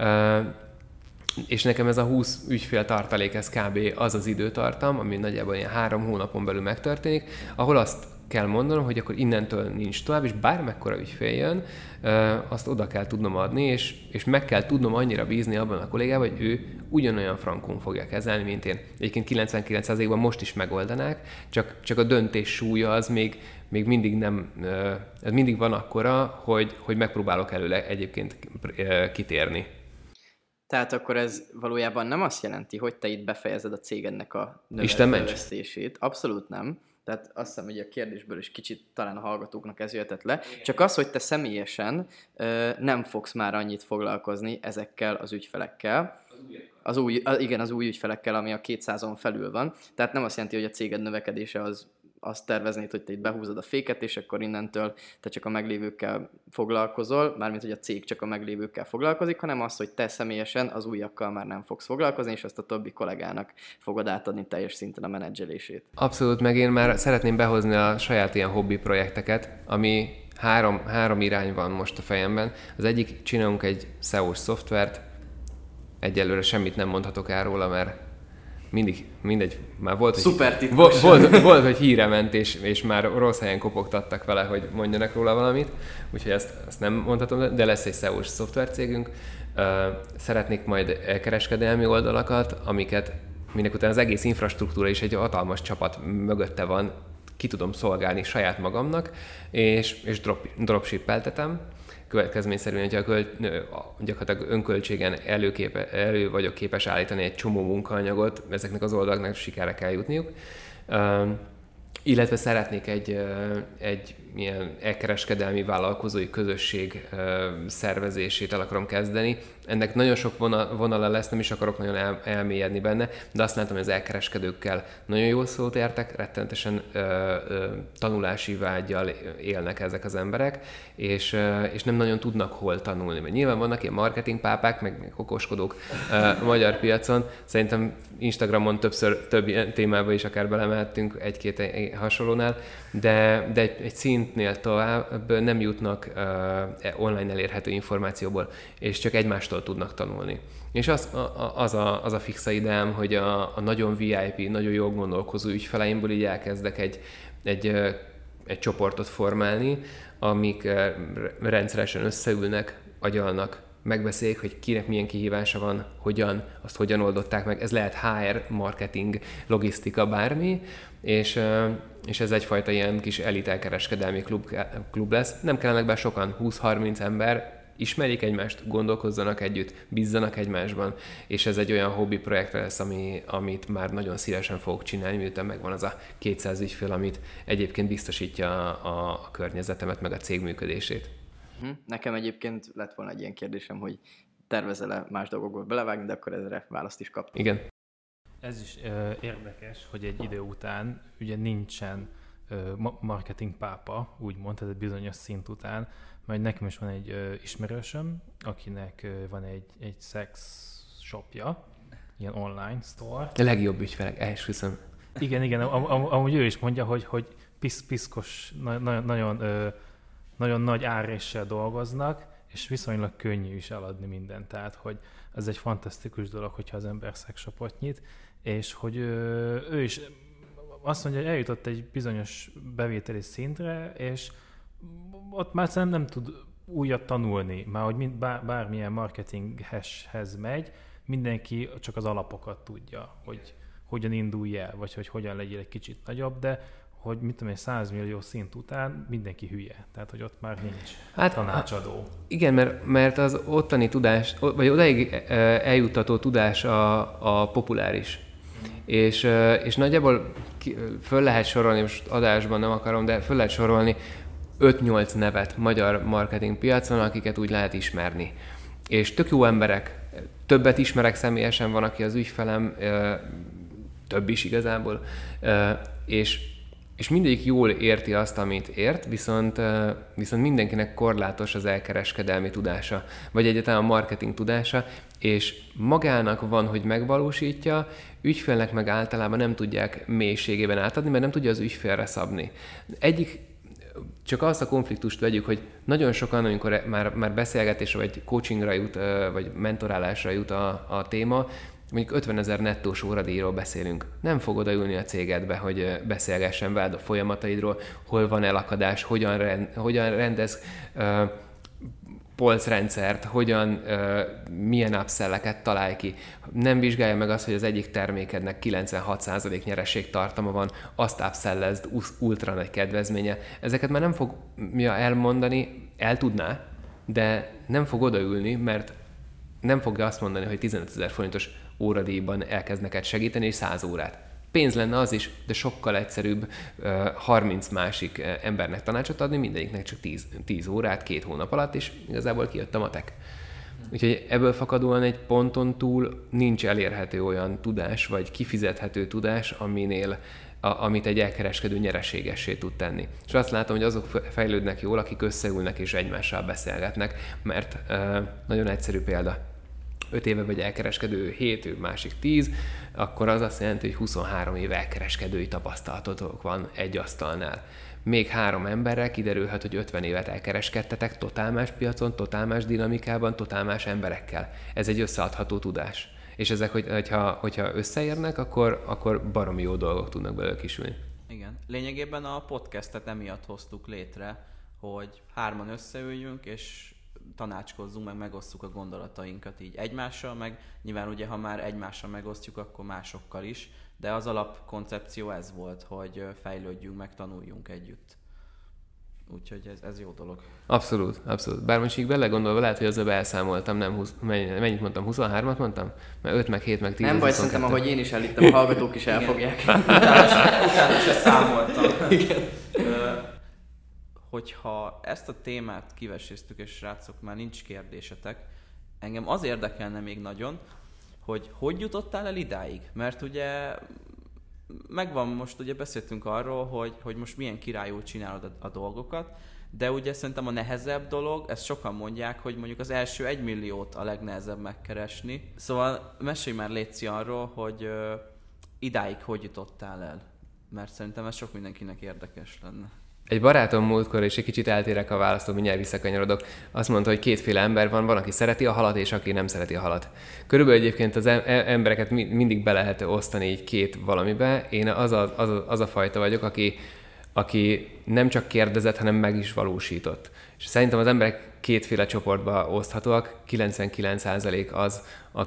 és nekem ez a 20 ügyfél tartalék, ez kb. Az az időtartam, ami nagyjából ilyen 3 hónapon belül megtörténik, ahol azt kell mondanom, hogy akkor innentől nincs tovább, és bármekkora ügyfél jön, azt oda kell tudnom adni, és meg kell tudnom annyira bízni abban a kollégában, hogy ő ugyanolyan frankon fogja kezelni, mint én. Egyébként 99%-ban most is megoldanák, csak a döntés súlya az még mindig nem, ez mindig van akkora, hogy megpróbálok előle egyébként kitérni. Tehát akkor ez valójában nem azt jelenti, hogy te itt befejezed a cégednek a növekedését. Abszolút nem. Tehát azt hiszem, hogy a kérdésből is kicsit talán a hallgatóknak ez jöhetett le. Csak az, hogy te személyesen nem fogsz már annyit foglalkozni ezekkel az ügyfelekkel. Az új ügyfelekkel, ami a 200-on felül van. Tehát nem azt jelenti, hogy a céged növekedése az azt terveznéd, hogy te itt behúzod a féket, és akkor innentől te csak a meglévőkkel foglalkozol, mármint, hogy a cég csak a meglévőkkel foglalkozik, hanem az, hogy te személyesen az újakkal már nem fogsz foglalkozni, és azt a többi kollégának fogod átadni teljes szinten a menedzselését. Abszolút, meg én már szeretném behozni a saját ilyen hobbi projekteket, ami három irány van most a fejemben. Az egyik, csinálunk egy SEO-s szoftvert, egyelőre semmit nem mondhatok el róla, mert mindegy, már volt, hogy, volt, hogy híre ment, és már rossz helyen kopogtattak vele, hogy mondjanak róla valamit, úgyhogy ezt nem mondhatom, de lesz egy SEO-s szoftvercégünk. Szeretnék majd kereskedelmi oldalakat, minek után az egész infrastruktúra is egy hatalmas csapat mögötte van, ki tudom szolgálni saját magamnak, és dropshippeltetem. Következményszerűen, hogyha gyakorlatilag önköltségen elő vagyok képes állítani egy csomó munkaanyagot, ezeknek az oldalaknak sikerre kell jutniuk. Illetve szeretnék egy ilyen elkereskedelmi vállalkozói közösség szervezését el akarom kezdeni. Ennek nagyon sok vonala lesz, nem is akarok nagyon elmélyedni benne, de azt látom, hogy az elkereskedőkkel nagyon jól szót értek, rettenetesen tanulási vággyal élnek ezek az emberek, és nem nagyon tudnak hol tanulni. Mert nyilván vannak ilyen marketingpápák, meg okoskodók a magyar piacon. Szerintem Instagramon több ilyen témába is akár belemehettünk egy-két hasonlónál, de egy szintnél tovább nem jutnak online elérhető információból, és csak egymástól tudnak tanulni. És az a fixa ideám, hogy a nagyon VIP, nagyon jól gondolkozó ügyfeleimből így elkezdek egy csoportot formálni, amik rendszeresen összeülnek, agyalnak, megbeszéljük, hogy kinek milyen kihívása van, azt hogyan oldották meg. Ez lehet HR, marketing, logisztika, bármi, és ez egyfajta ilyen kis elitelkereskedelmi klub lesz. Nem kellenek be sokan, 20-30 ember, ismerjék egymást, gondolkozzanak együtt, bízzanak egymásban, és ez egy olyan hobbi projekt lesz, amit már nagyon szívesen fogok csinálni, miután megvan az a 200 ügyfél, amit egyébként biztosítja a környezetemet, meg a cég működését. Nekem egyébként lett volna egy ilyen kérdésem, hogy tervezel-e más dolgokból belevágni, de akkor ezre választ is kaptam. Igen. Ez is érdekes, hogy egy idő után ugye nincsen marketing pápa, úgymond, tehát egy bizonyos szint után, majd nekem is van egy ismerősöm, akinek van egy sex shopja, ilyen online store. A legjobb ügyfelek, esküszöm. Igen, amúgy ő is mondja, hogy piszkos, nagyon nagy áréssel dolgoznak, és viszonylag könnyű is eladni mindent. Tehát, hogy ez egy fantasztikus dolog, hogyha az ember szexshopot nyit, és hogy ő is azt mondja, hogy eljutott egy bizonyos bevételi szintre, és ott már nem tud újat tanulni, már hogy bármilyen marketinghez megy, mindenki csak az alapokat tudja, hogy hogyan indulj el, vagy hogy hogyan legyél egy kicsit nagyobb, de hogy mit tudom, 100 millió szint után mindenki hülye. Tehát, hogy ott már nincs tanácsadó. Igen, mert az ottani tudás, vagy odaig eljuttató tudás a populáris. És nagyjából föl lehet sorolni, most adásban nem akarom, de föl lehet sorolni 5-8 nevet magyar marketing piacon, akiket úgy lehet ismerni. És tök jó emberek, többet ismerek személyesen, van, aki az ügyfelem, több is igazából, és mindegyik jól érti azt, amit ért, viszont mindenkinek korlátos az elkereskedelmi tudása, vagy egyáltalán a marketing tudása, és magának van, hogy megvalósítja, ügyfélnek meg általában nem tudják mélységében átadni, mert nem tudja az ügyfélre szabni. Csak azt a konfliktust vegyük, hogy nagyon sokan, amikor már beszélgetésre, vagy coachingra jut, vagy mentorálásra jut a téma, mondjuk 50 000 nettós óradíjról beszélünk. Nem fog odaülni a cégedbe, hogy beszélgessen veled a folyamataidról, hol van elakadás, hogyan rendez polcrendszert, milyen upselleket találj ki. Nem vizsgálja meg azt, hogy az egyik termékednek 96% nyerességtartama van, azt upsellezd ultra nagy kedvezménye. Ezeket már nem fogja elmondani, el tudná, de nem fog odaülni, mert nem fogja azt mondani, hogy 15 000 forintos óradíjban elkezd neked segíteni, és 100 órát. Pénz lenne az is, de sokkal egyszerűbb 30 másik embernek tanácsot adni, mindegyiknek csak 10 órát, 2 hónap alatt, és igazából kijött a matek. Úgyhogy ebből fakadóan egy ponton túl nincs elérhető olyan tudás, vagy kifizethető tudás, amit egy elkereskedő nyereségessé tud tenni. És azt látom, hogy azok fejlődnek jól, akik összeülnek és egymással beszélgetnek, mert nagyon egyszerű példa. 5 éve vagy elkereskedő, 7, ő másik 10, akkor az azt jelenti, hogy 23 éve elkereskedői tapasztalatotok van egy asztalnál. Még 3 emberrel kiderülhet, hogy 50 évet elkereskedtetek totál más piacon, totál más dinamikában, totál más emberekkel. Ez egy összeadható tudás. És ezek, hogyha összeérnek, akkor baromi jó dolgok tudnak belőle kisülni. Igen. Lényegében a podcastet emiatt hoztuk létre, hogy 3-an összeüljünk, és tanácskozzunk, meg megosztjuk a gondolatainkat így egymással, meg nyilván ugye, ha már egymással megosztjuk, akkor másokkal is, de az alapkoncepció ez volt, hogy fejlődjünk, meg tanuljunk együtt. Úgyhogy ez jó dolog. Abszolút, abszolút. Bár most így belegondolva lehet, hogy azzal elszámoltam, nem mennyit mondtam, 23-at mondtam? Mert 5, meg 7, meg 10, nem baj, szerintem, ahogy én is elittem, a hallgatók is elfogják. Utána se számoltam. Igen. Hogyha ezt a témát kiveséztük, és srácok, már nincs kérdésetek, engem az érdekelne még nagyon, hogy jutottál el idáig? Mert ugye megvan most, ugye beszéltünk arról, hogy most milyen királyul csinálod a dolgokat, de ugye szerintem a nehezebb dolog, ezt sokan mondják, hogy mondjuk az első 1 milliót a legnehezebb megkeresni. Szóval mesélj már létszi arról, hogy idáig hogy jutottál el? Mert szerintem ez sok mindenkinek érdekes lenne. Egy barátom múltkor, és egy kicsit eltérek a választól, mindjárt visszakanyarodok, azt mondta, hogy 2 ember van, aki szereti a halat, és aki nem szereti a halat. Körülbelül egyébként az embereket mindig be lehet osztani így 2 valamibe. Én az a fajta vagyok, aki nem csak kérdezett, hanem meg is valósított. És szerintem az emberek 2 csoportba oszthatóak. 99% az,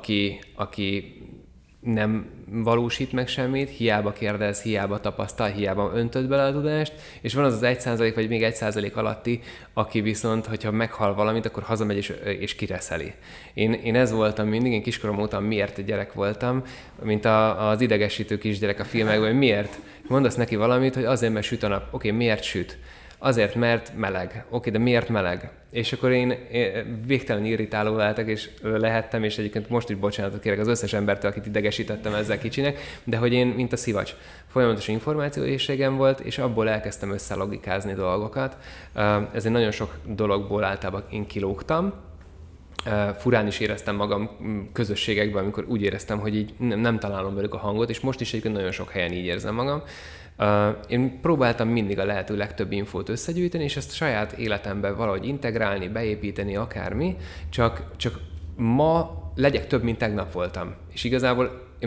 aki nem valósít meg semmit, hiába kérdez, hiába tapasztal, hiába öntöd bele a tudást, és van az 1% vagy még 1% alatti, aki viszont, hogyha meghal valamit, akkor hazamegy és kireszeli. Én ez voltam mindig, én kiskorom óta miért gyerek voltam, mint az idegesítő kisgyerek a filmekben, miért? Mondasz neki valamit, hogy azért, mert süt a nap. Oké, miért süt? Azért, mert meleg. Oké, de miért meleg? És akkor én végtelen irritáló lehettem, és egyébként most is bocsánatot kérek az összes embertől, akit idegesítettem ezzel kicsinek, de hogy én, mint a szivacs, folyamatos információéhségem volt, és abból elkezdtem összelogikázni dolgokat. Ezért nagyon sok dologból általában én kilógtam. Furán is éreztem magam közösségekben, amikor úgy éreztem, hogy így nem találom velük a hangot, és most is egyébként nagyon sok helyen így érzem magam. Én próbáltam mindig a lehető legtöbb infót összegyűjteni, és ezt saját életembe valahogy integrálni, beépíteni, akármi, csak ma legyek több, mint tegnap voltam. És igazából én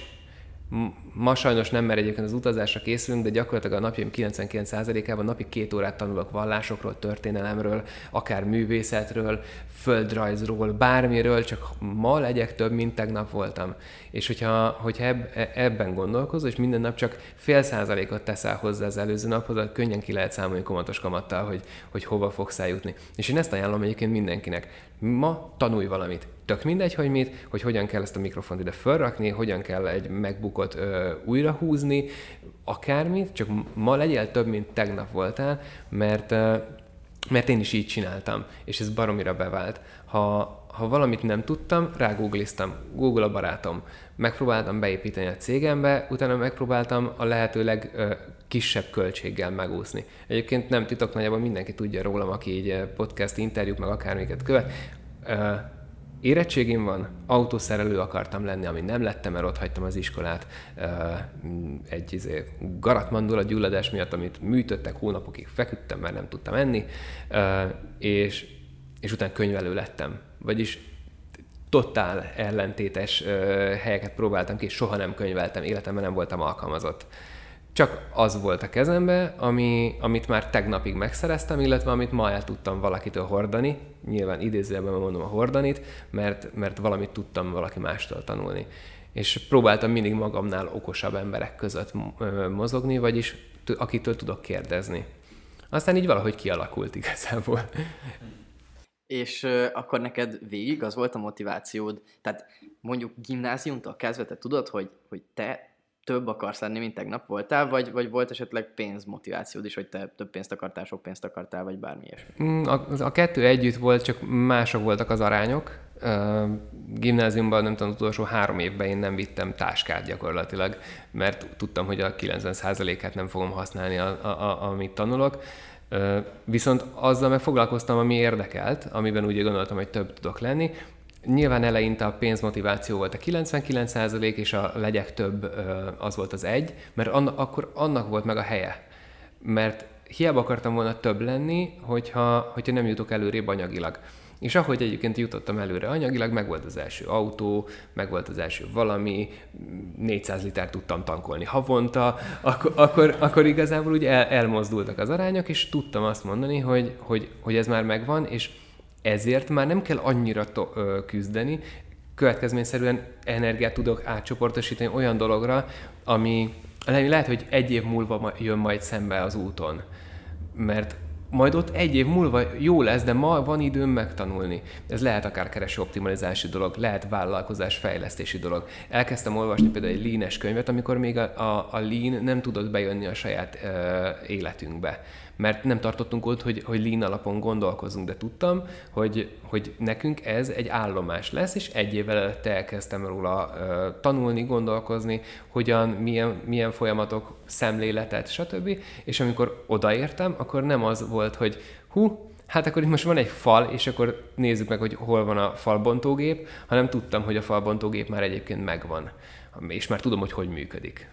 ma sajnos nem, mert egyébként az utazásra készülünk, de gyakorlatilag a napjaim 99%-ában napi 2 órát tanulok vallásokról, történelemről, akár művészetről, földrajzról, bármiről, csak ma legyek több, mint tegnap voltam. És hogyha ebben gondolkozol, és minden nap csak 0,5%-ot teszel hozzá az előző naphoz, akkor könnyen ki lehet számolni kamatos kamattal, hogy hova fogsz eljutni. És én ezt ajánlom egyébként mindenkinek. Ma tanulj valamit. Tök mindegy, hogy mit, hogy hogyan kell ezt a mikrofont ide fölrakni, hogyan kell egy MacBookot újra húzni, akármit, csak ma legyél több, mint tegnap voltál, mert én is így csináltam, és ez baromira bevált. Ha valamit nem tudtam, rágoogliztam, Google a barátom. Megpróbáltam beépíteni a cégembe, utána megpróbáltam a lehető legkisebb költséggel megúszni. Egyébként nem titok, nagyjából mindenki tudja rólam, aki így podcast interjúk, meg akármiket követ. Érettségim van, autószerelő akartam lenni, ami nem lettem, mert ott hagytam az iskolát egy garatmandula gyulladás miatt, amit műtöttek, hónapokig feküdtem, mert nem tudtam enni, és utána könyvelő lettem. Vagyis totál ellentétes helyeket próbáltam ki, és soha nem könyveltem, életemben nem voltam alkalmazott. Csak az volt a kezembe, amit már tegnapig megszereztem, illetve amit ma el tudtam valakitől hordani. Nyilván idézőjelben mondom a hordanit, mert valamit tudtam valaki mástól tanulni. És próbáltam mindig magamnál okosabb emberek között mozogni, vagyis akitől tudok kérdezni. Aztán így valahogy kialakult igazából. És akkor neked végig az volt a motivációd? Tehát mondjuk gimnáziumtól kezdve te tudod, hogy te több akarsz lenni, mint tegnap voltál, vagy volt esetleg pénzmotivációd is, hogy te több pénzt akartál, sok pénzt akartál, vagy bármi ilyesmi? A 2 együtt volt, csak mások voltak az arányok. gimnáziumban, nem tudom, az utolsó 3 évben én nem vittem táskát gyakorlatilag, mert tudtam, hogy a 90%-át nem fogom használni, amit tanulok. Viszont azzal meg foglalkoztam, ami érdekelt, amiben úgy gondoltam, hogy több tudok lenni. Nyilván eleinte a pénzmotiváció volt a 99%, és a legyek több az volt az 1, mert akkor annak volt meg a helye. Mert hiába akartam volna több lenni, hogyha nem jutok előrébb anyagilag. És ahogy egyébként jutottam előre anyagilag, meg volt az első autó, meg volt az első valami, 400 liter tudtam tankolni havonta, akkor igazából úgy elmozdultak az arányok, és tudtam azt mondani, hogy ez már megvan, és ezért már nem kell annyira küzdeni, következményszerűen energiát tudok átcsoportosítani olyan dologra, ami lehet, hogy 1 év múlva jön majd szembe az úton. Mert majd ott 1 év múlva jó lesz, de ma van időm megtanulni. Ez lehet akár kereső optimalizási dolog, lehet vállalkozás fejlesztési dolog. Elkezdtem olvasni például egy Lean-es könyvet, amikor még a Lean nem tudott bejönni a saját életünkbe. Mert nem tartottunk ott, hogy Lean alapon gondolkozunk, de tudtam, hogy nekünk ez egy állomás lesz, és 1 évvel előtte elkezdtem róla tanulni, gondolkozni, hogyan, milyen folyamatok, szemléletet, stb. És amikor odaértem, akkor nem az volt, hogy hát akkor itt most van egy fal, és akkor nézzük meg, hogy hol van a falbontógép, hanem tudtam, hogy a falbontógép már egyébként megvan, és már tudom, hogy működik.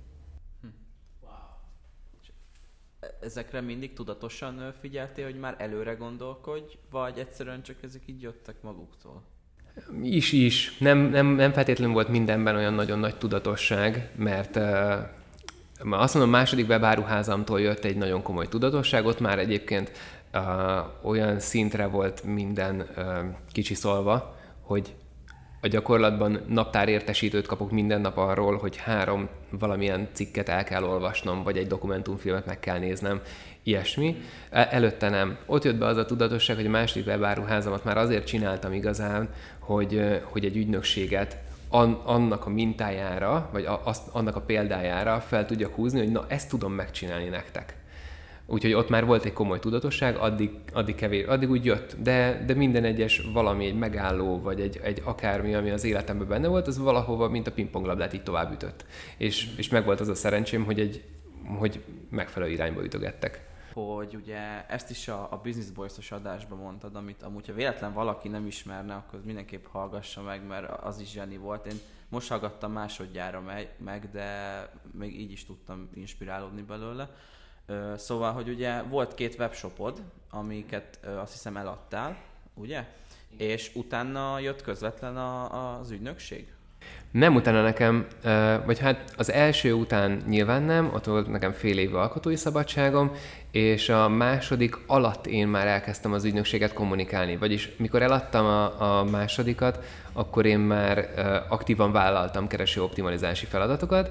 Ezekre mindig tudatosan figyeltél, hogy már előre gondolkodj, vagy egyszerűen csak ezek így jöttek maguktól? Is. Nem feltétlenül volt mindenben olyan nagyon nagy tudatosság, mert azt mondom, a második webáruházamtól jött egy nagyon komoly tudatosság, ott már egyébként olyan szintre volt minden kicsiszolva, hogy a gyakorlatban naptárértesítőt kapok minden nap arról, hogy 3 valamilyen cikket el kell olvasnom, vagy egy dokumentumfilmet meg kell néznem, ilyesmi. Előtte nem. Ott jött be az a tudatosság, hogy a második webáruházamat már azért csináltam igazán, hogy egy ügynökséget annak a mintájára, vagy annak a példájára fel tudjak húzni, hogy na, ezt tudom megcsinálni nektek. Úgyhogy ott már volt egy komoly tudatosság, addig úgy jött, de minden egyes valami, egy megálló, vagy egy akármi, ami az életemben benne volt, az valahova, mint a pingponglabdát így tovább ütött. És megvolt az a szerencsém, hogy megfelelő irányba ütögettek. Hogy ugye ezt is a Business Boys-os adásban mondtad, amit amúgy, ha véletlen valaki nem ismerne, akkor mindenképp hallgassa meg, mert az is zseni volt. Én most hallgattam másodjára meg, de még így is tudtam inspirálódni belőle. Szóval, hogy ugye volt 2 webshopod, amiket azt hiszem eladtál, ugye? És utána jött közvetlen az ügynökség? Nem utána nekem, vagy hát az első után nyilván nem, ott volt nekem fél év alkotói szabadságom, és a második alatt én már elkezdtem az ügynökséget kommunikálni. Vagyis mikor eladtam a másodikat, akkor én már aktívan vállaltam kereső optimalizási feladatokat.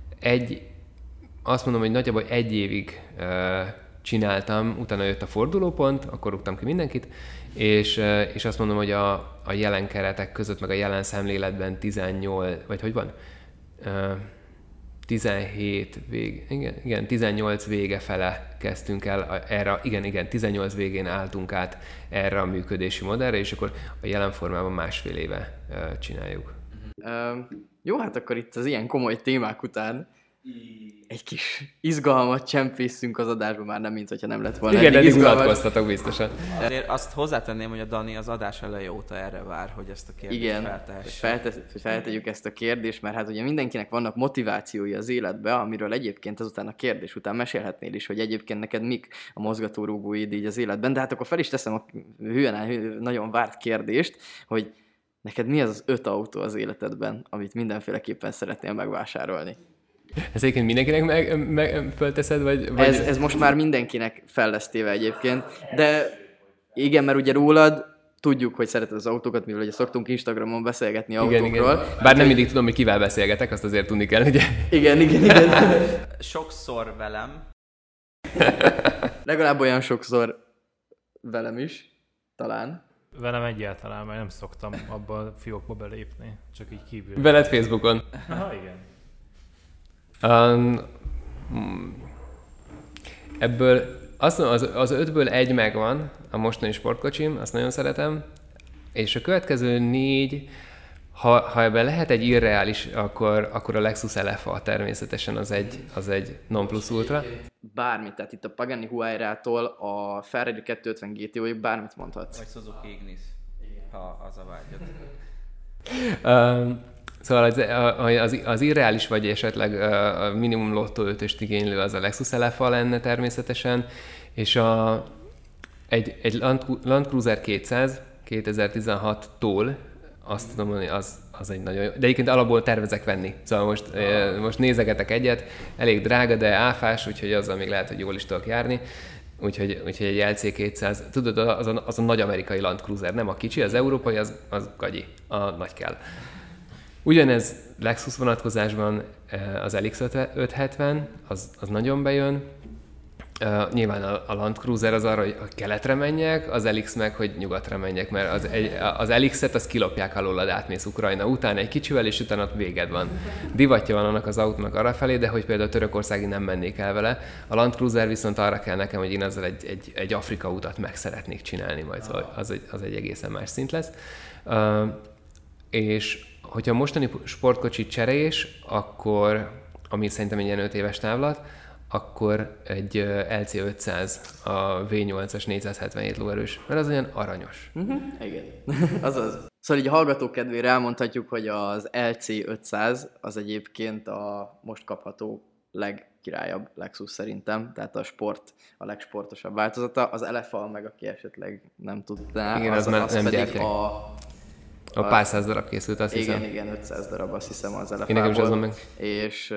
Azt mondom, hogy nagyjából 1 évig csináltam, utána jött a fordulópont, akkor rúgtam ki mindenkit, és azt mondom, hogy a jelen keretek között, meg a jelen szemléletben 18, vagy hogy van? 17 igen, 18 vége fele kezdtünk el erre, igen, 18 végén álltunk át erre a működési modellre, és akkor a jelen formában 1,5 éve csináljuk. Jó, hát akkor itt az ilyen komoly témák után egy kis izgalmat csempészünk az adásba, már nem, mint hogyha nem lett volna. Igen, eddig unatkoztatok biztosan. Azért azt hozzátenném, hogy a Dani az adás eleje óta erre vár, hogy ezt a kérdést feltehesse. Feltegyük ezt a kérdést, mert hát ugye mindenkinek vannak motivációi az életbe, amiről egyébként azután a kérdés után mesélhetnél is, hogy egyébként neked mik a mozgatórugóid így az életben, de hát akkor fel is teszem a nagyon várt kérdést, hogy neked mi az 5 autó az életedben, amit mindenféleképpen szeretnél megvásárolni? Ez egyébként mindenkinek fölteszed, vagy... Ez most már mindenkinek fel lesz téve egyébként, de igen, mert ugye rólad tudjuk, hogy szereted az autókat, mivel ugye szoktunk Instagramon beszélgetni autókról. Igen. Bár nem mindig tudom, hogy kivel beszélgetek, azt azért tudni kell, ugye? Igen. Sokszor velem. Legalább olyan sokszor velem is, talán. Velem egyáltalán, mert nem szoktam abba a fiókba belépni, csak így kívül. Veled Facebookon. Aha, igen. Ebből azt mondom, az 5-ből 1 megvan, a mostani sportkocsim, azt nagyon szeretem. És a következő 4, ha ebben lehet egy irreális, akkor a Lexus LFA természetesen az egy non plus ultra. Bármit, tehát itt a Pagani Huayrától a Ferrari 250 GTO-ig bármit mondhatsz. Vagy Suzuki Ignis, ha az a vágyad. Szóval az irreális vagy esetleg a minimum lottó 5-öst igénylő az a Lexus LFA lenne természetesen, és egy Land Cruiser 200 2016-tól azt tudom mondani, az egy nagyon jó. De egyébként alapból tervezek venni. Szóval most nézegetek egyet, elég drága, de áfás, úgyhogy azzal még lehet, hogy jól is tudok járni. Úgyhogy egy LC200, tudod, az a nagy amerikai Land Cruiser, nem a kicsi, az európai, az gagyi, a nagy kell. Ugyanez Lexus vonatkozásban az LX570, az nagyon bejön. Nyilván a Land Cruiser az arra, hogy keletre menjek, az LX meg, hogy nyugatra menjek, mert az LX-et az kilopják alólad, átmész Ukrajna után egy kicsivel, és utána ott véged van. Divatja van annak az autónak arrafelé, de hogy például Törökországig nem mennék el vele. A Land Cruiser viszont arra kell nekem, hogy én azzal egy Afrika utat meg szeretnék csinálni majd, szóval az egy egészen más szint lesz. És hogyha mostani sportkocsi cserélés, akkor, ami szerintem egy ilyen 5 éves távlat, akkor egy LC500 a V8-as 477 lóerős, mert az olyan aranyos. Igen, azaz. Szóval így a hallgatók kedvére elmondhatjuk, hogy az LC500 az egyébként a most kapható legkirályabb Lexus szerintem, tehát a legsportosabb változata. Az LFA meg, aki esetleg nem tudná, igen, az nem pedig a pár száz darab készült, azt hiszem. Igen, 500 darab, azt hiszem az LFA-ból. És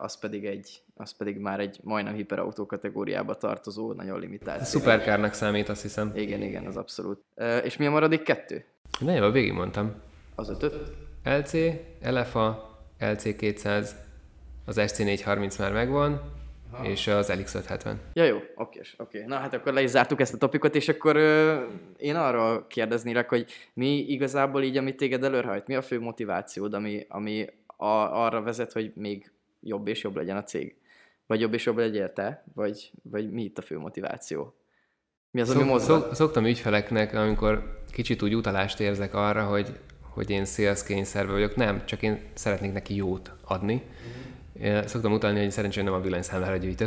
az pedig már egy majdnem hiperautó kategóriába tartozó, nagyon limitált. Szuperkárnak számít, azt hiszem. Igen, az abszolút. És mi a maradék 2? Nem, végig mondtam. Az 5? LC, LFA, LC200, az SC430 már megvan, és az LX570. Ja, jó, oké. Na hát akkor le is zártuk ezt a topikot, és akkor én arra kérdeznélek, hogy mi igazából így, amit téged előrehajt, mi a fő motivációd, ami arra vezet, hogy még jobb és jobb legyen a cég? Vagy jobb és jobb legyél te? Vagy mi itt a fő motiváció? Mi az, ami mozgat? Szoktam ügyfeleknek, amikor kicsit úgy utalást érzek arra, hogy én sales kényszerbe vagyok. Nem, csak én szeretnék neki jót adni. Szoktam utalni, hogy szerencsére nem a villanyszámlára gyűjtök,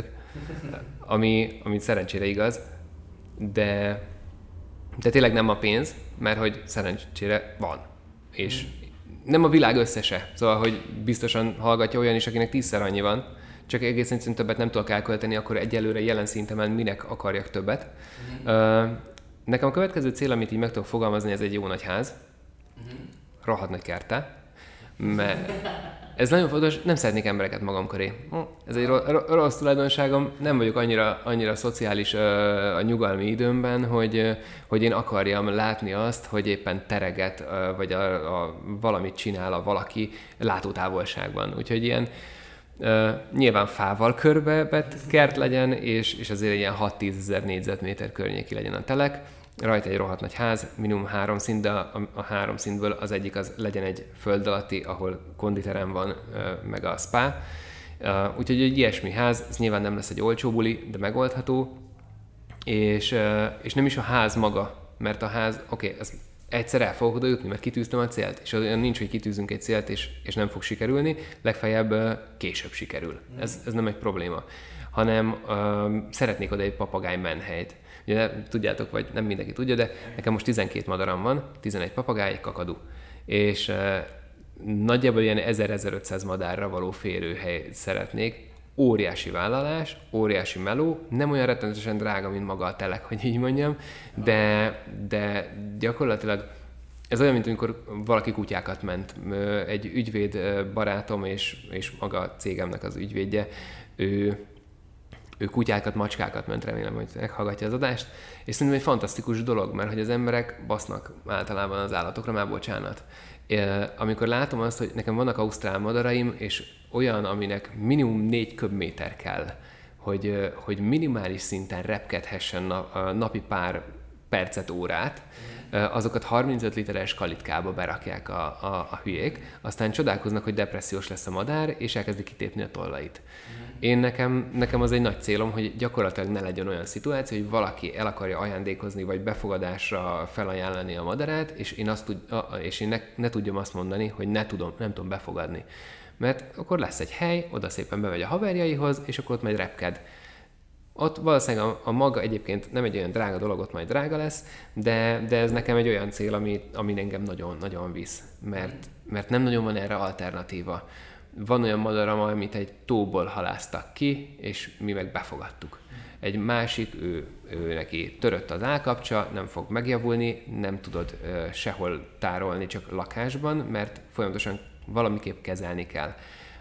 amit szerencsére igaz, de tényleg nem a pénz, mert hogy szerencsére van. És nem a világ összese. Szóval, hogy biztosan hallgatja olyan is, akinek 10-szer annyi van, csak egészen egyszerűen többet nem tudok elkölteni, akkor egyelőre jelen szinten minek akarjak többet. Nekem a következő cél, amit így meg tudok fogalmazni, ez egy jó nagy ház, rohadt nagy kerttel, mert ez nagyon fontos, nem szeretnék embereket magam köré. Ez egy rossz tulajdonságom, nem vagyok annyira szociális a nyugalmi időmben, hogy én akarjam látni azt, hogy éppen tereget, vagy valamit csinál a valaki látótávolságban. Úgyhogy ilyen nyilván fával körbevett kert legyen, és azért ilyen 6-10 ezer négyzetméter környéki legyen a telek. Rajta egy rohadt nagy ház, minimum 3 szint, de a 3 szintből az egyik az legyen egy föld alatti, ahol konditerem van, meg a spa. Úgyhogy egy ilyesmi ház, ez nyilván nem lesz egy olcsó buli, de megoldható. És nem is a ház maga, mert a ház, ez egyszer el fogok oda jutni, mert kitűztem a célt, és olyan nincs, hogy kitűzünk egy célt, és nem fog sikerülni, legfeljebb később sikerül. Ez nem egy probléma, hanem szeretnék oda egy papagáj menhelyt. Ugye tudjátok, vagy nem mindenki tudja, de nekem most 12 madaram van, 11 papagáj, egy kakadu. És nagyjából ilyen 1000-1500 madárra való férőhely szeretnék. Óriási vállalás, óriási meló, nem olyan rettenetesen drága, mint maga a telek, hogy így mondjam, de gyakorlatilag ez olyan, mint amikor valaki kutyákat ment. Egy ügyvéd barátom és maga a cégemnek az ügyvédje, ő kutyákat, macskákat ment, remélem, hogy meghallgatja az adást, és szerintem egy fantasztikus dolog, mert hogy az emberek basznak általában az állatokra, már bocsánat. Amikor látom azt, hogy nekem vannak ausztrál madaraim, és olyan, aminek minimum 4 köbméter kell, hogy minimális szinten repkedhessen napi pár percet, órát, azokat 35 literes kalitkába berakják a hülyék, aztán csodálkoznak, hogy depressziós lesz a madár, és elkezdi kitépni a tollait. Nekem az egy nagy célom, hogy gyakorlatilag ne legyen olyan szituáció, hogy valaki el akarja ajándékozni, vagy befogadásra felajánlani a madarát, és én ne tudjam azt mondani, hogy nem tudom befogadni. Mert akkor lesz egy hely, oda szépen bemegy a haverjaihoz, és akkor ott majd repked. Ott valószínűleg a maga egyébként nem egy olyan drága dolog, ott majd drága lesz, de ez nekem egy olyan cél, ami engem nagyon-nagyon visz, mert nem nagyon van erre alternatíva. Van olyan madaram, amit egy tóból haláztak ki, és mi meg befogadtuk. Egy másik, ő neki törött az állkapcsa, nem fog megjavulni, nem tudod sehol tárolni, csak lakásban, mert folyamatosan valamiképp kezelni kell.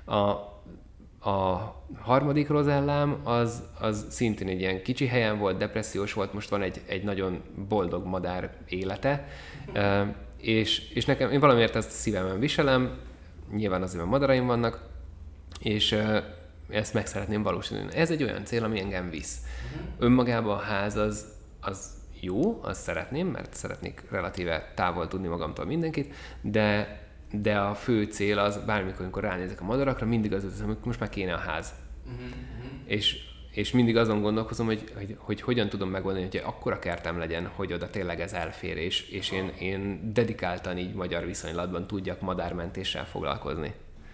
A harmadik rozellám az szintén egy ilyen kicsi helyen volt, depressziós volt, most van egy nagyon boldog madár élete, és nekem, én valamiért ezt szívemen viselem, nyilván azért a madaraim vannak, és ezt meg szeretném valósítani. Ez egy olyan cél, ami engem visz. Önmagában a ház az jó, azt szeretném, mert szeretnék relatíve távol tudni magamtól mindenkit, de a fő cél az, bármikor, amikor ránézek a madarakra, mindig az, hogy most már kéne a ház. És mindig azon gondolkozom, hogy hogyan tudom megoldani, hogy akkora kertem legyen, hogy oda tényleg ez elfér, és én dedikáltan így magyar viszonylatban tudjak madármentéssel foglalkozni.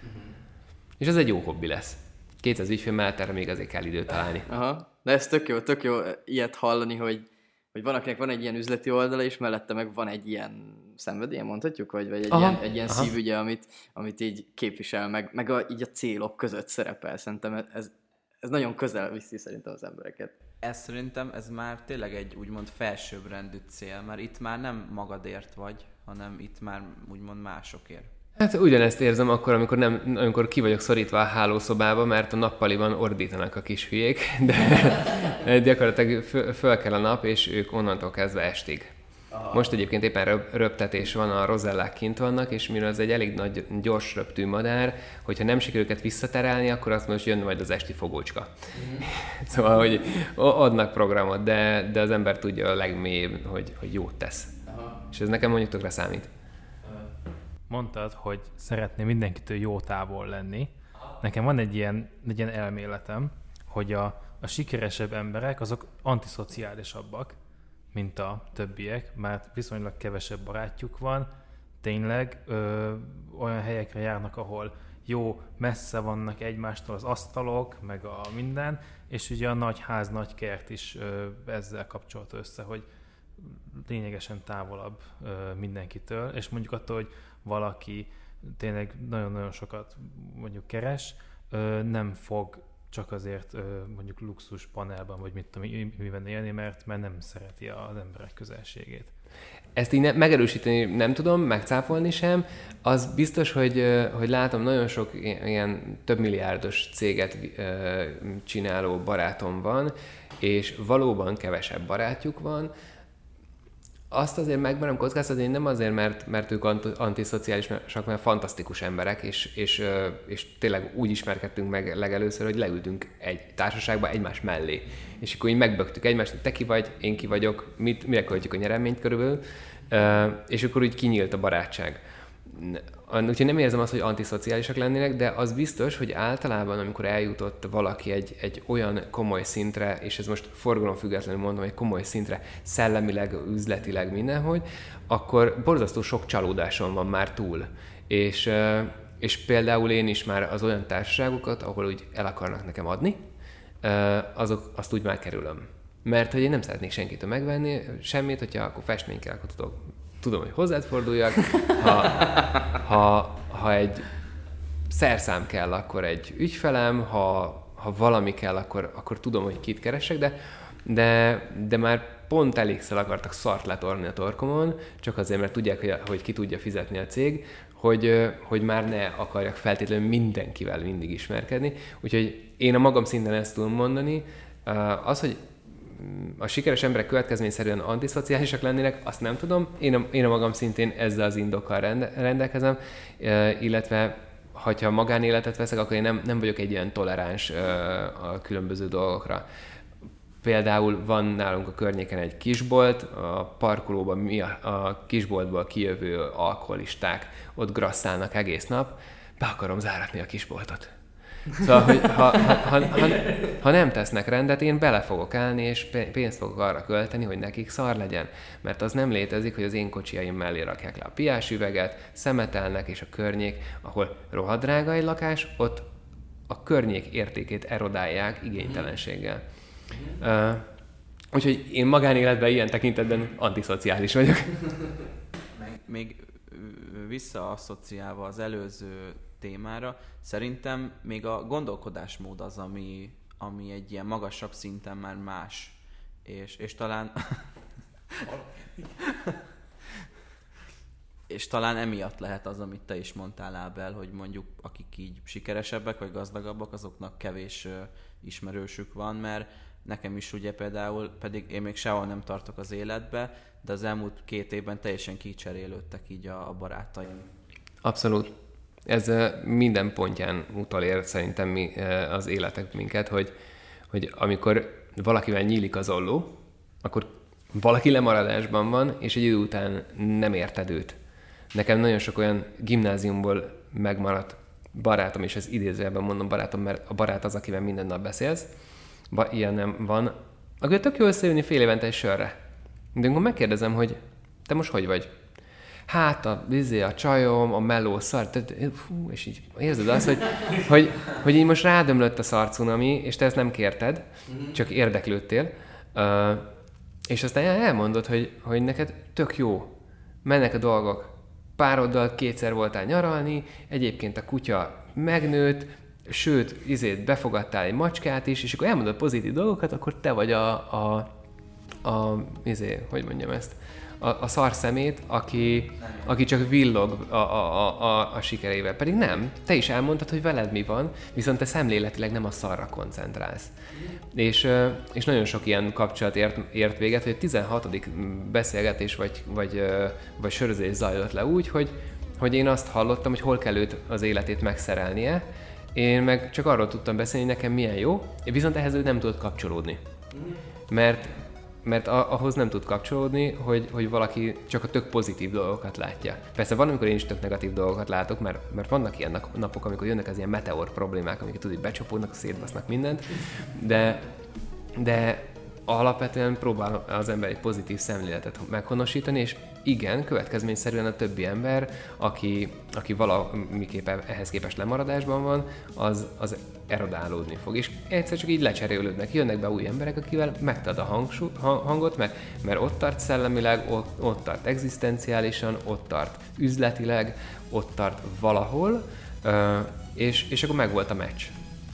És ez egy jó hobbi lesz. 200 ügyfél mellett erre még azért kell időt találni. Aha. De ez tök jó ilyet hallani, hogy van akinek van egy ilyen üzleti oldala, és mellette meg van egy ilyen szenvedélye, mondhatjuk, vagy egy ilyen szívügye, amit így képvisel, meg így a célok között szerepel. Szerintem ez nagyon közel viszi szerintem az embereket. Szerintem ez már tényleg egy úgymond felsőbbrendű cél, mert itt már nem magadért vagy, hanem itt már úgymond másokért. Hát ugyanezt érzem akkor, amikor ki vagyok szorítva a hálószobába, mert a nappaliban ordítanak a kis hülyék, de gyakorlatilag föl kell a nap, és ők onnantól kezdve estig. Aha. Most egyébként éppen röptetés van, a rozellák kint vannak, és mivel ez egy elég nagy, gyors röptű madár, hogyha nem sikerül őket visszaterelni, akkor azt most jön majd az esti fogócska. Szóval, hogy adnak programot, de az ember tudja a legmélyebb, hogy jót tesz. Aha. És ez nekem mondjuk tökre számít. Mondtad, hogy szeretném mindenkitől jó távol lenni. Nekem van egy ilyen elméletem, hogy a sikeresebb emberek azok antiszociálisabbak, mint a többiek, mert viszonylag kevesebb barátjuk van, tényleg olyan helyekre járnak, ahol jó messze vannak egymástól az asztalok, meg a minden, és ugye a nagy ház, nagy kert is ezzel kapcsolt össze, hogy lényegesen távolabb mindenkitől, és mondjuk attól, hogy valaki tényleg nagyon-nagyon sokat mondjuk keres, nem fog csak azért mondjuk luxus panelban, vagy mit tudom, miben élni, mert nem szereti az emberek közelségét. Ezt így megerősíteni nem tudom, megcáfolni sem. Az biztos, hogy látom, nagyon sok ilyen több milliárdos céget csináló barátom van, és valóban kevesebb barátjuk van. Azt azért megmerem kockáztatni, nem azért, mert ők antiszociálisak, mert fantasztikus emberek, és tényleg úgy ismerkedtünk meg legelőször, hogy leültünk egy társaságba egymás mellé. És akkor így megböktük egymást, hogy te ki vagy, én ki vagyok, mire költjük a nyereményt körülbelül, és akkor úgy kinyílt a barátság. Úgyhogy nem érzem azt, hogy antiszociálisak lennének, de az biztos, hogy általában, amikor eljutott valaki egy olyan komoly szintre, és ez most forgalomfüggetlenül mondom, egy komoly szintre, szellemileg, üzletileg, mindenhogy, akkor borzasztó sok csalódáson van már túl. És például én is már az olyan társaságokat, ahol úgy el akarnak nekem adni, azt úgy már kerülöm. Mert hogy én nem szeretnék senkitől megvenni semmit, hogyha akkor festmény kell, akkor tudom, hogy hozzád forduljak. Ha egy szerszám kell, akkor egy ügyfelem, ha valami kell, akkor tudom, hogy kit keresek, de már pont elégszer akartak szart letorni a torkomon, csak azért, mert tudják, hogy ki tudja fizetni a cég, hogy már ne akarjak feltétlenül mindenkivel mindig ismerkedni. Úgyhogy én a magam szinten ezt tudom mondani. Az, hogy a sikeres emberek következményszerűen antiszociálisak lennének, azt nem tudom. Én a magam szintén ezzel az indokkal rendelkezem, illetve ha magánéletet veszek, akkor én nem vagyok egy ilyen toleráns a különböző dolgokra. Például van nálunk a környéken egy kisbolt, a parkolóban a kisboltból kijövő alkoholisták ott grasszálnak egész nap, be akarom záratni a kisboltot. Szóval, hogy ha nem tesznek rendet, én bele fogok állni, és pénzt fogok arra költeni, hogy nekik szar legyen. Mert az nem létezik, hogy az én kocsiaim mellé rakják le a piás üveget, szemetelnek, és a környék, ahol rohadrága egy lakás, ott a környék értékét erodálják igénytelenséggel. Úgyhogy én magánéletben ilyen tekintetben antiszociális vagyok. Még visszaasszociálva az előző témára, szerintem még a gondolkodásmód az, ami egy ilyen magasabb szinten már más. És talán... és talán emiatt lehet az, amit te is mondtál, Ábel, hogy mondjuk akik így sikeresebbek vagy gazdagabbak, azoknak kevés ismerősük van, mert nekem is ugye például, pedig én még sehol nem tartok az életbe, de az elmúlt 2 évben teljesen kicserélődtek így a barátaim. Abszolút. Ez minden pontján utolér szerintem az életek minket, hogy amikor valakivel nyílik az olló, akkor valaki lemaradásban van, és egy idő után nem érted őt. Nekem nagyon sok olyan gimnáziumból megmaradt barátom, és ez idézőjelben mondom barátom, mert a barát az, akivel minden nap beszélsz, ilyen nem van, akkor tök jó összejönni fél évente egy sörre. De akkor megkérdezem, hogy te most hogy vagy? Hát a csajom, a meló szar, és így érzed azt, hogy így most rádömlött a szarcunami, és te ezt nem kérted, csak érdeklődtél, és aztán elmondod, hogy neked tök jó, mennek a dolgok, pároddal 2-szer voltál nyaralni, egyébként a kutya megnőtt, sőt, befogadtál egy macskát is, és akkor elmondod pozitív dolgokat, akkor te vagy hogy mondjam ezt, a szarszemét, aki csak villog a sikereivel. Pedig nem. Te is elmondtad, hogy veled mi van, viszont te szemléletileg nem a szarra koncentrálsz. És nagyon sok ilyen kapcsolat ért véget, hogy a 16. beszélgetés vagy sörözés zajlott le úgy, hogy én azt hallottam, hogy hol kell őt az életét megszerelnie, én meg csak arról tudtam beszélni, hogy nekem milyen jó, viszont ehhez ő nem tudott kapcsolódni. Mert ahhoz nem tud kapcsolódni, hogy valaki csak a tök pozitív dolgokat látja. Persze van, amikor én is tök negatív dolgokat látok, mert vannak ilyen napok, amikor jönnek az ilyen meteor problémák, amiket tudod, becsapódnak, szétbasznak mindent, de alapvetően próbál az ember egy pozitív szemléletet meghonosítani, és igen, következményszerűen a többi ember, aki valamiképpen ehhez képest lemaradásban van, az erodálódni fog. És egyszer csak így lecserélődnek, jönnek be új emberek, akivel megtad a hangot, mert ott tart szellemileg, ott tart egzisztenciálisan, ott tart üzletileg, ott tart valahol, és akkor megvolt a meccs.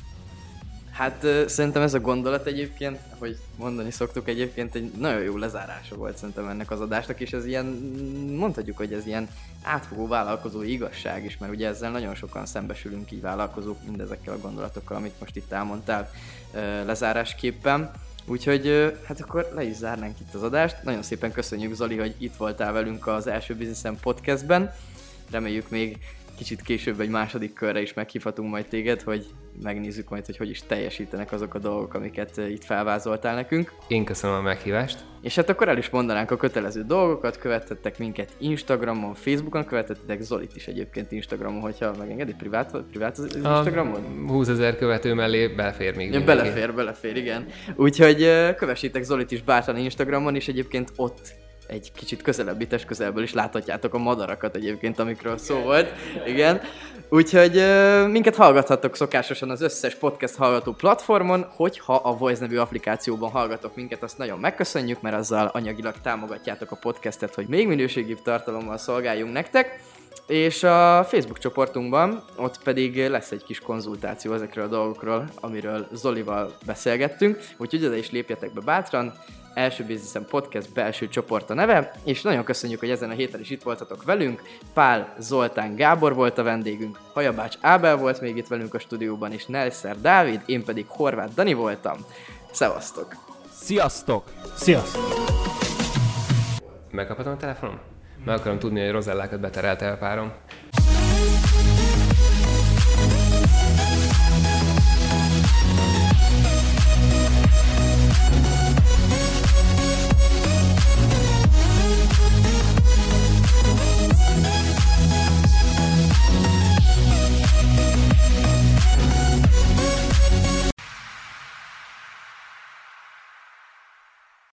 Hát szerintem ez a gondolat egyébként, hogy mondani szoktuk, egyébként egy nagyon jó lezárása volt szerintem ennek az adásnak, és ez ilyen, mondhatjuk, hogy ez ilyen átfogó vállalkozói igazság is, mert ugye ezzel nagyon sokan szembesülünk így vállalkozók mindezekkel a gondolatokkal, amit most itt elmondtál lezárásképpen. Úgyhogy hát akkor le is zárnánk itt az adást. Nagyon szépen köszönjük, Zoli, hogy itt voltál velünk az első Businessen podcastben. Reméljük még kicsit később egy második körre is meghívhatunk majd téged, hogy megnézzük majd, hogy is teljesítenek azok a dolgok, amiket itt felvázoltál nekünk. Én köszönöm a meghívást. És hát akkor el is mondanánk a kötelező dolgokat, követhettek minket Instagramon, Facebookon, követhettek Zolit is egyébként Instagramon, hogyha megengedi, privát az Instagramon? 20 000 követő mellé belefér még mindenki. Belefér, igen. Úgyhogy kövessétek Zolit is bátran Instagramon, és egyébként ott egy kicsit közelebbi testközelből is láthatjátok a madarakat egyébként, amikről szó volt. Igen. Úgyhogy minket hallgathattok szokásosan az összes podcast hallgató platformon, hogyha a Voice nevű applikációban hallgatok minket, azt nagyon megköszönjük, mert azzal anyagilag támogatjátok a podcastet, hogy még minőségibb tartalommal szolgáljunk nektek. És a Facebook csoportunkban ott pedig lesz egy kis konzultáció ezekről a dolgokról, amiről Zolival beszélgettünk, úgyhogy oda is lépjetek be bátran. Első Businessen Podcast belső csoport a neve, és nagyon köszönjük, hogy ezen a héten is itt voltatok velünk. Pál Zoltán Gábor volt a vendégünk, Hajabács Ábel volt még itt velünk a stúdióban, és Nelszer Dávid, én pedig Horváth Dani voltam. Szevasztok! Sziasztok! Sziasztok! Megkaphatom a telefonom? Meg akarom tudni, hogy rozellákat beterelte a párom.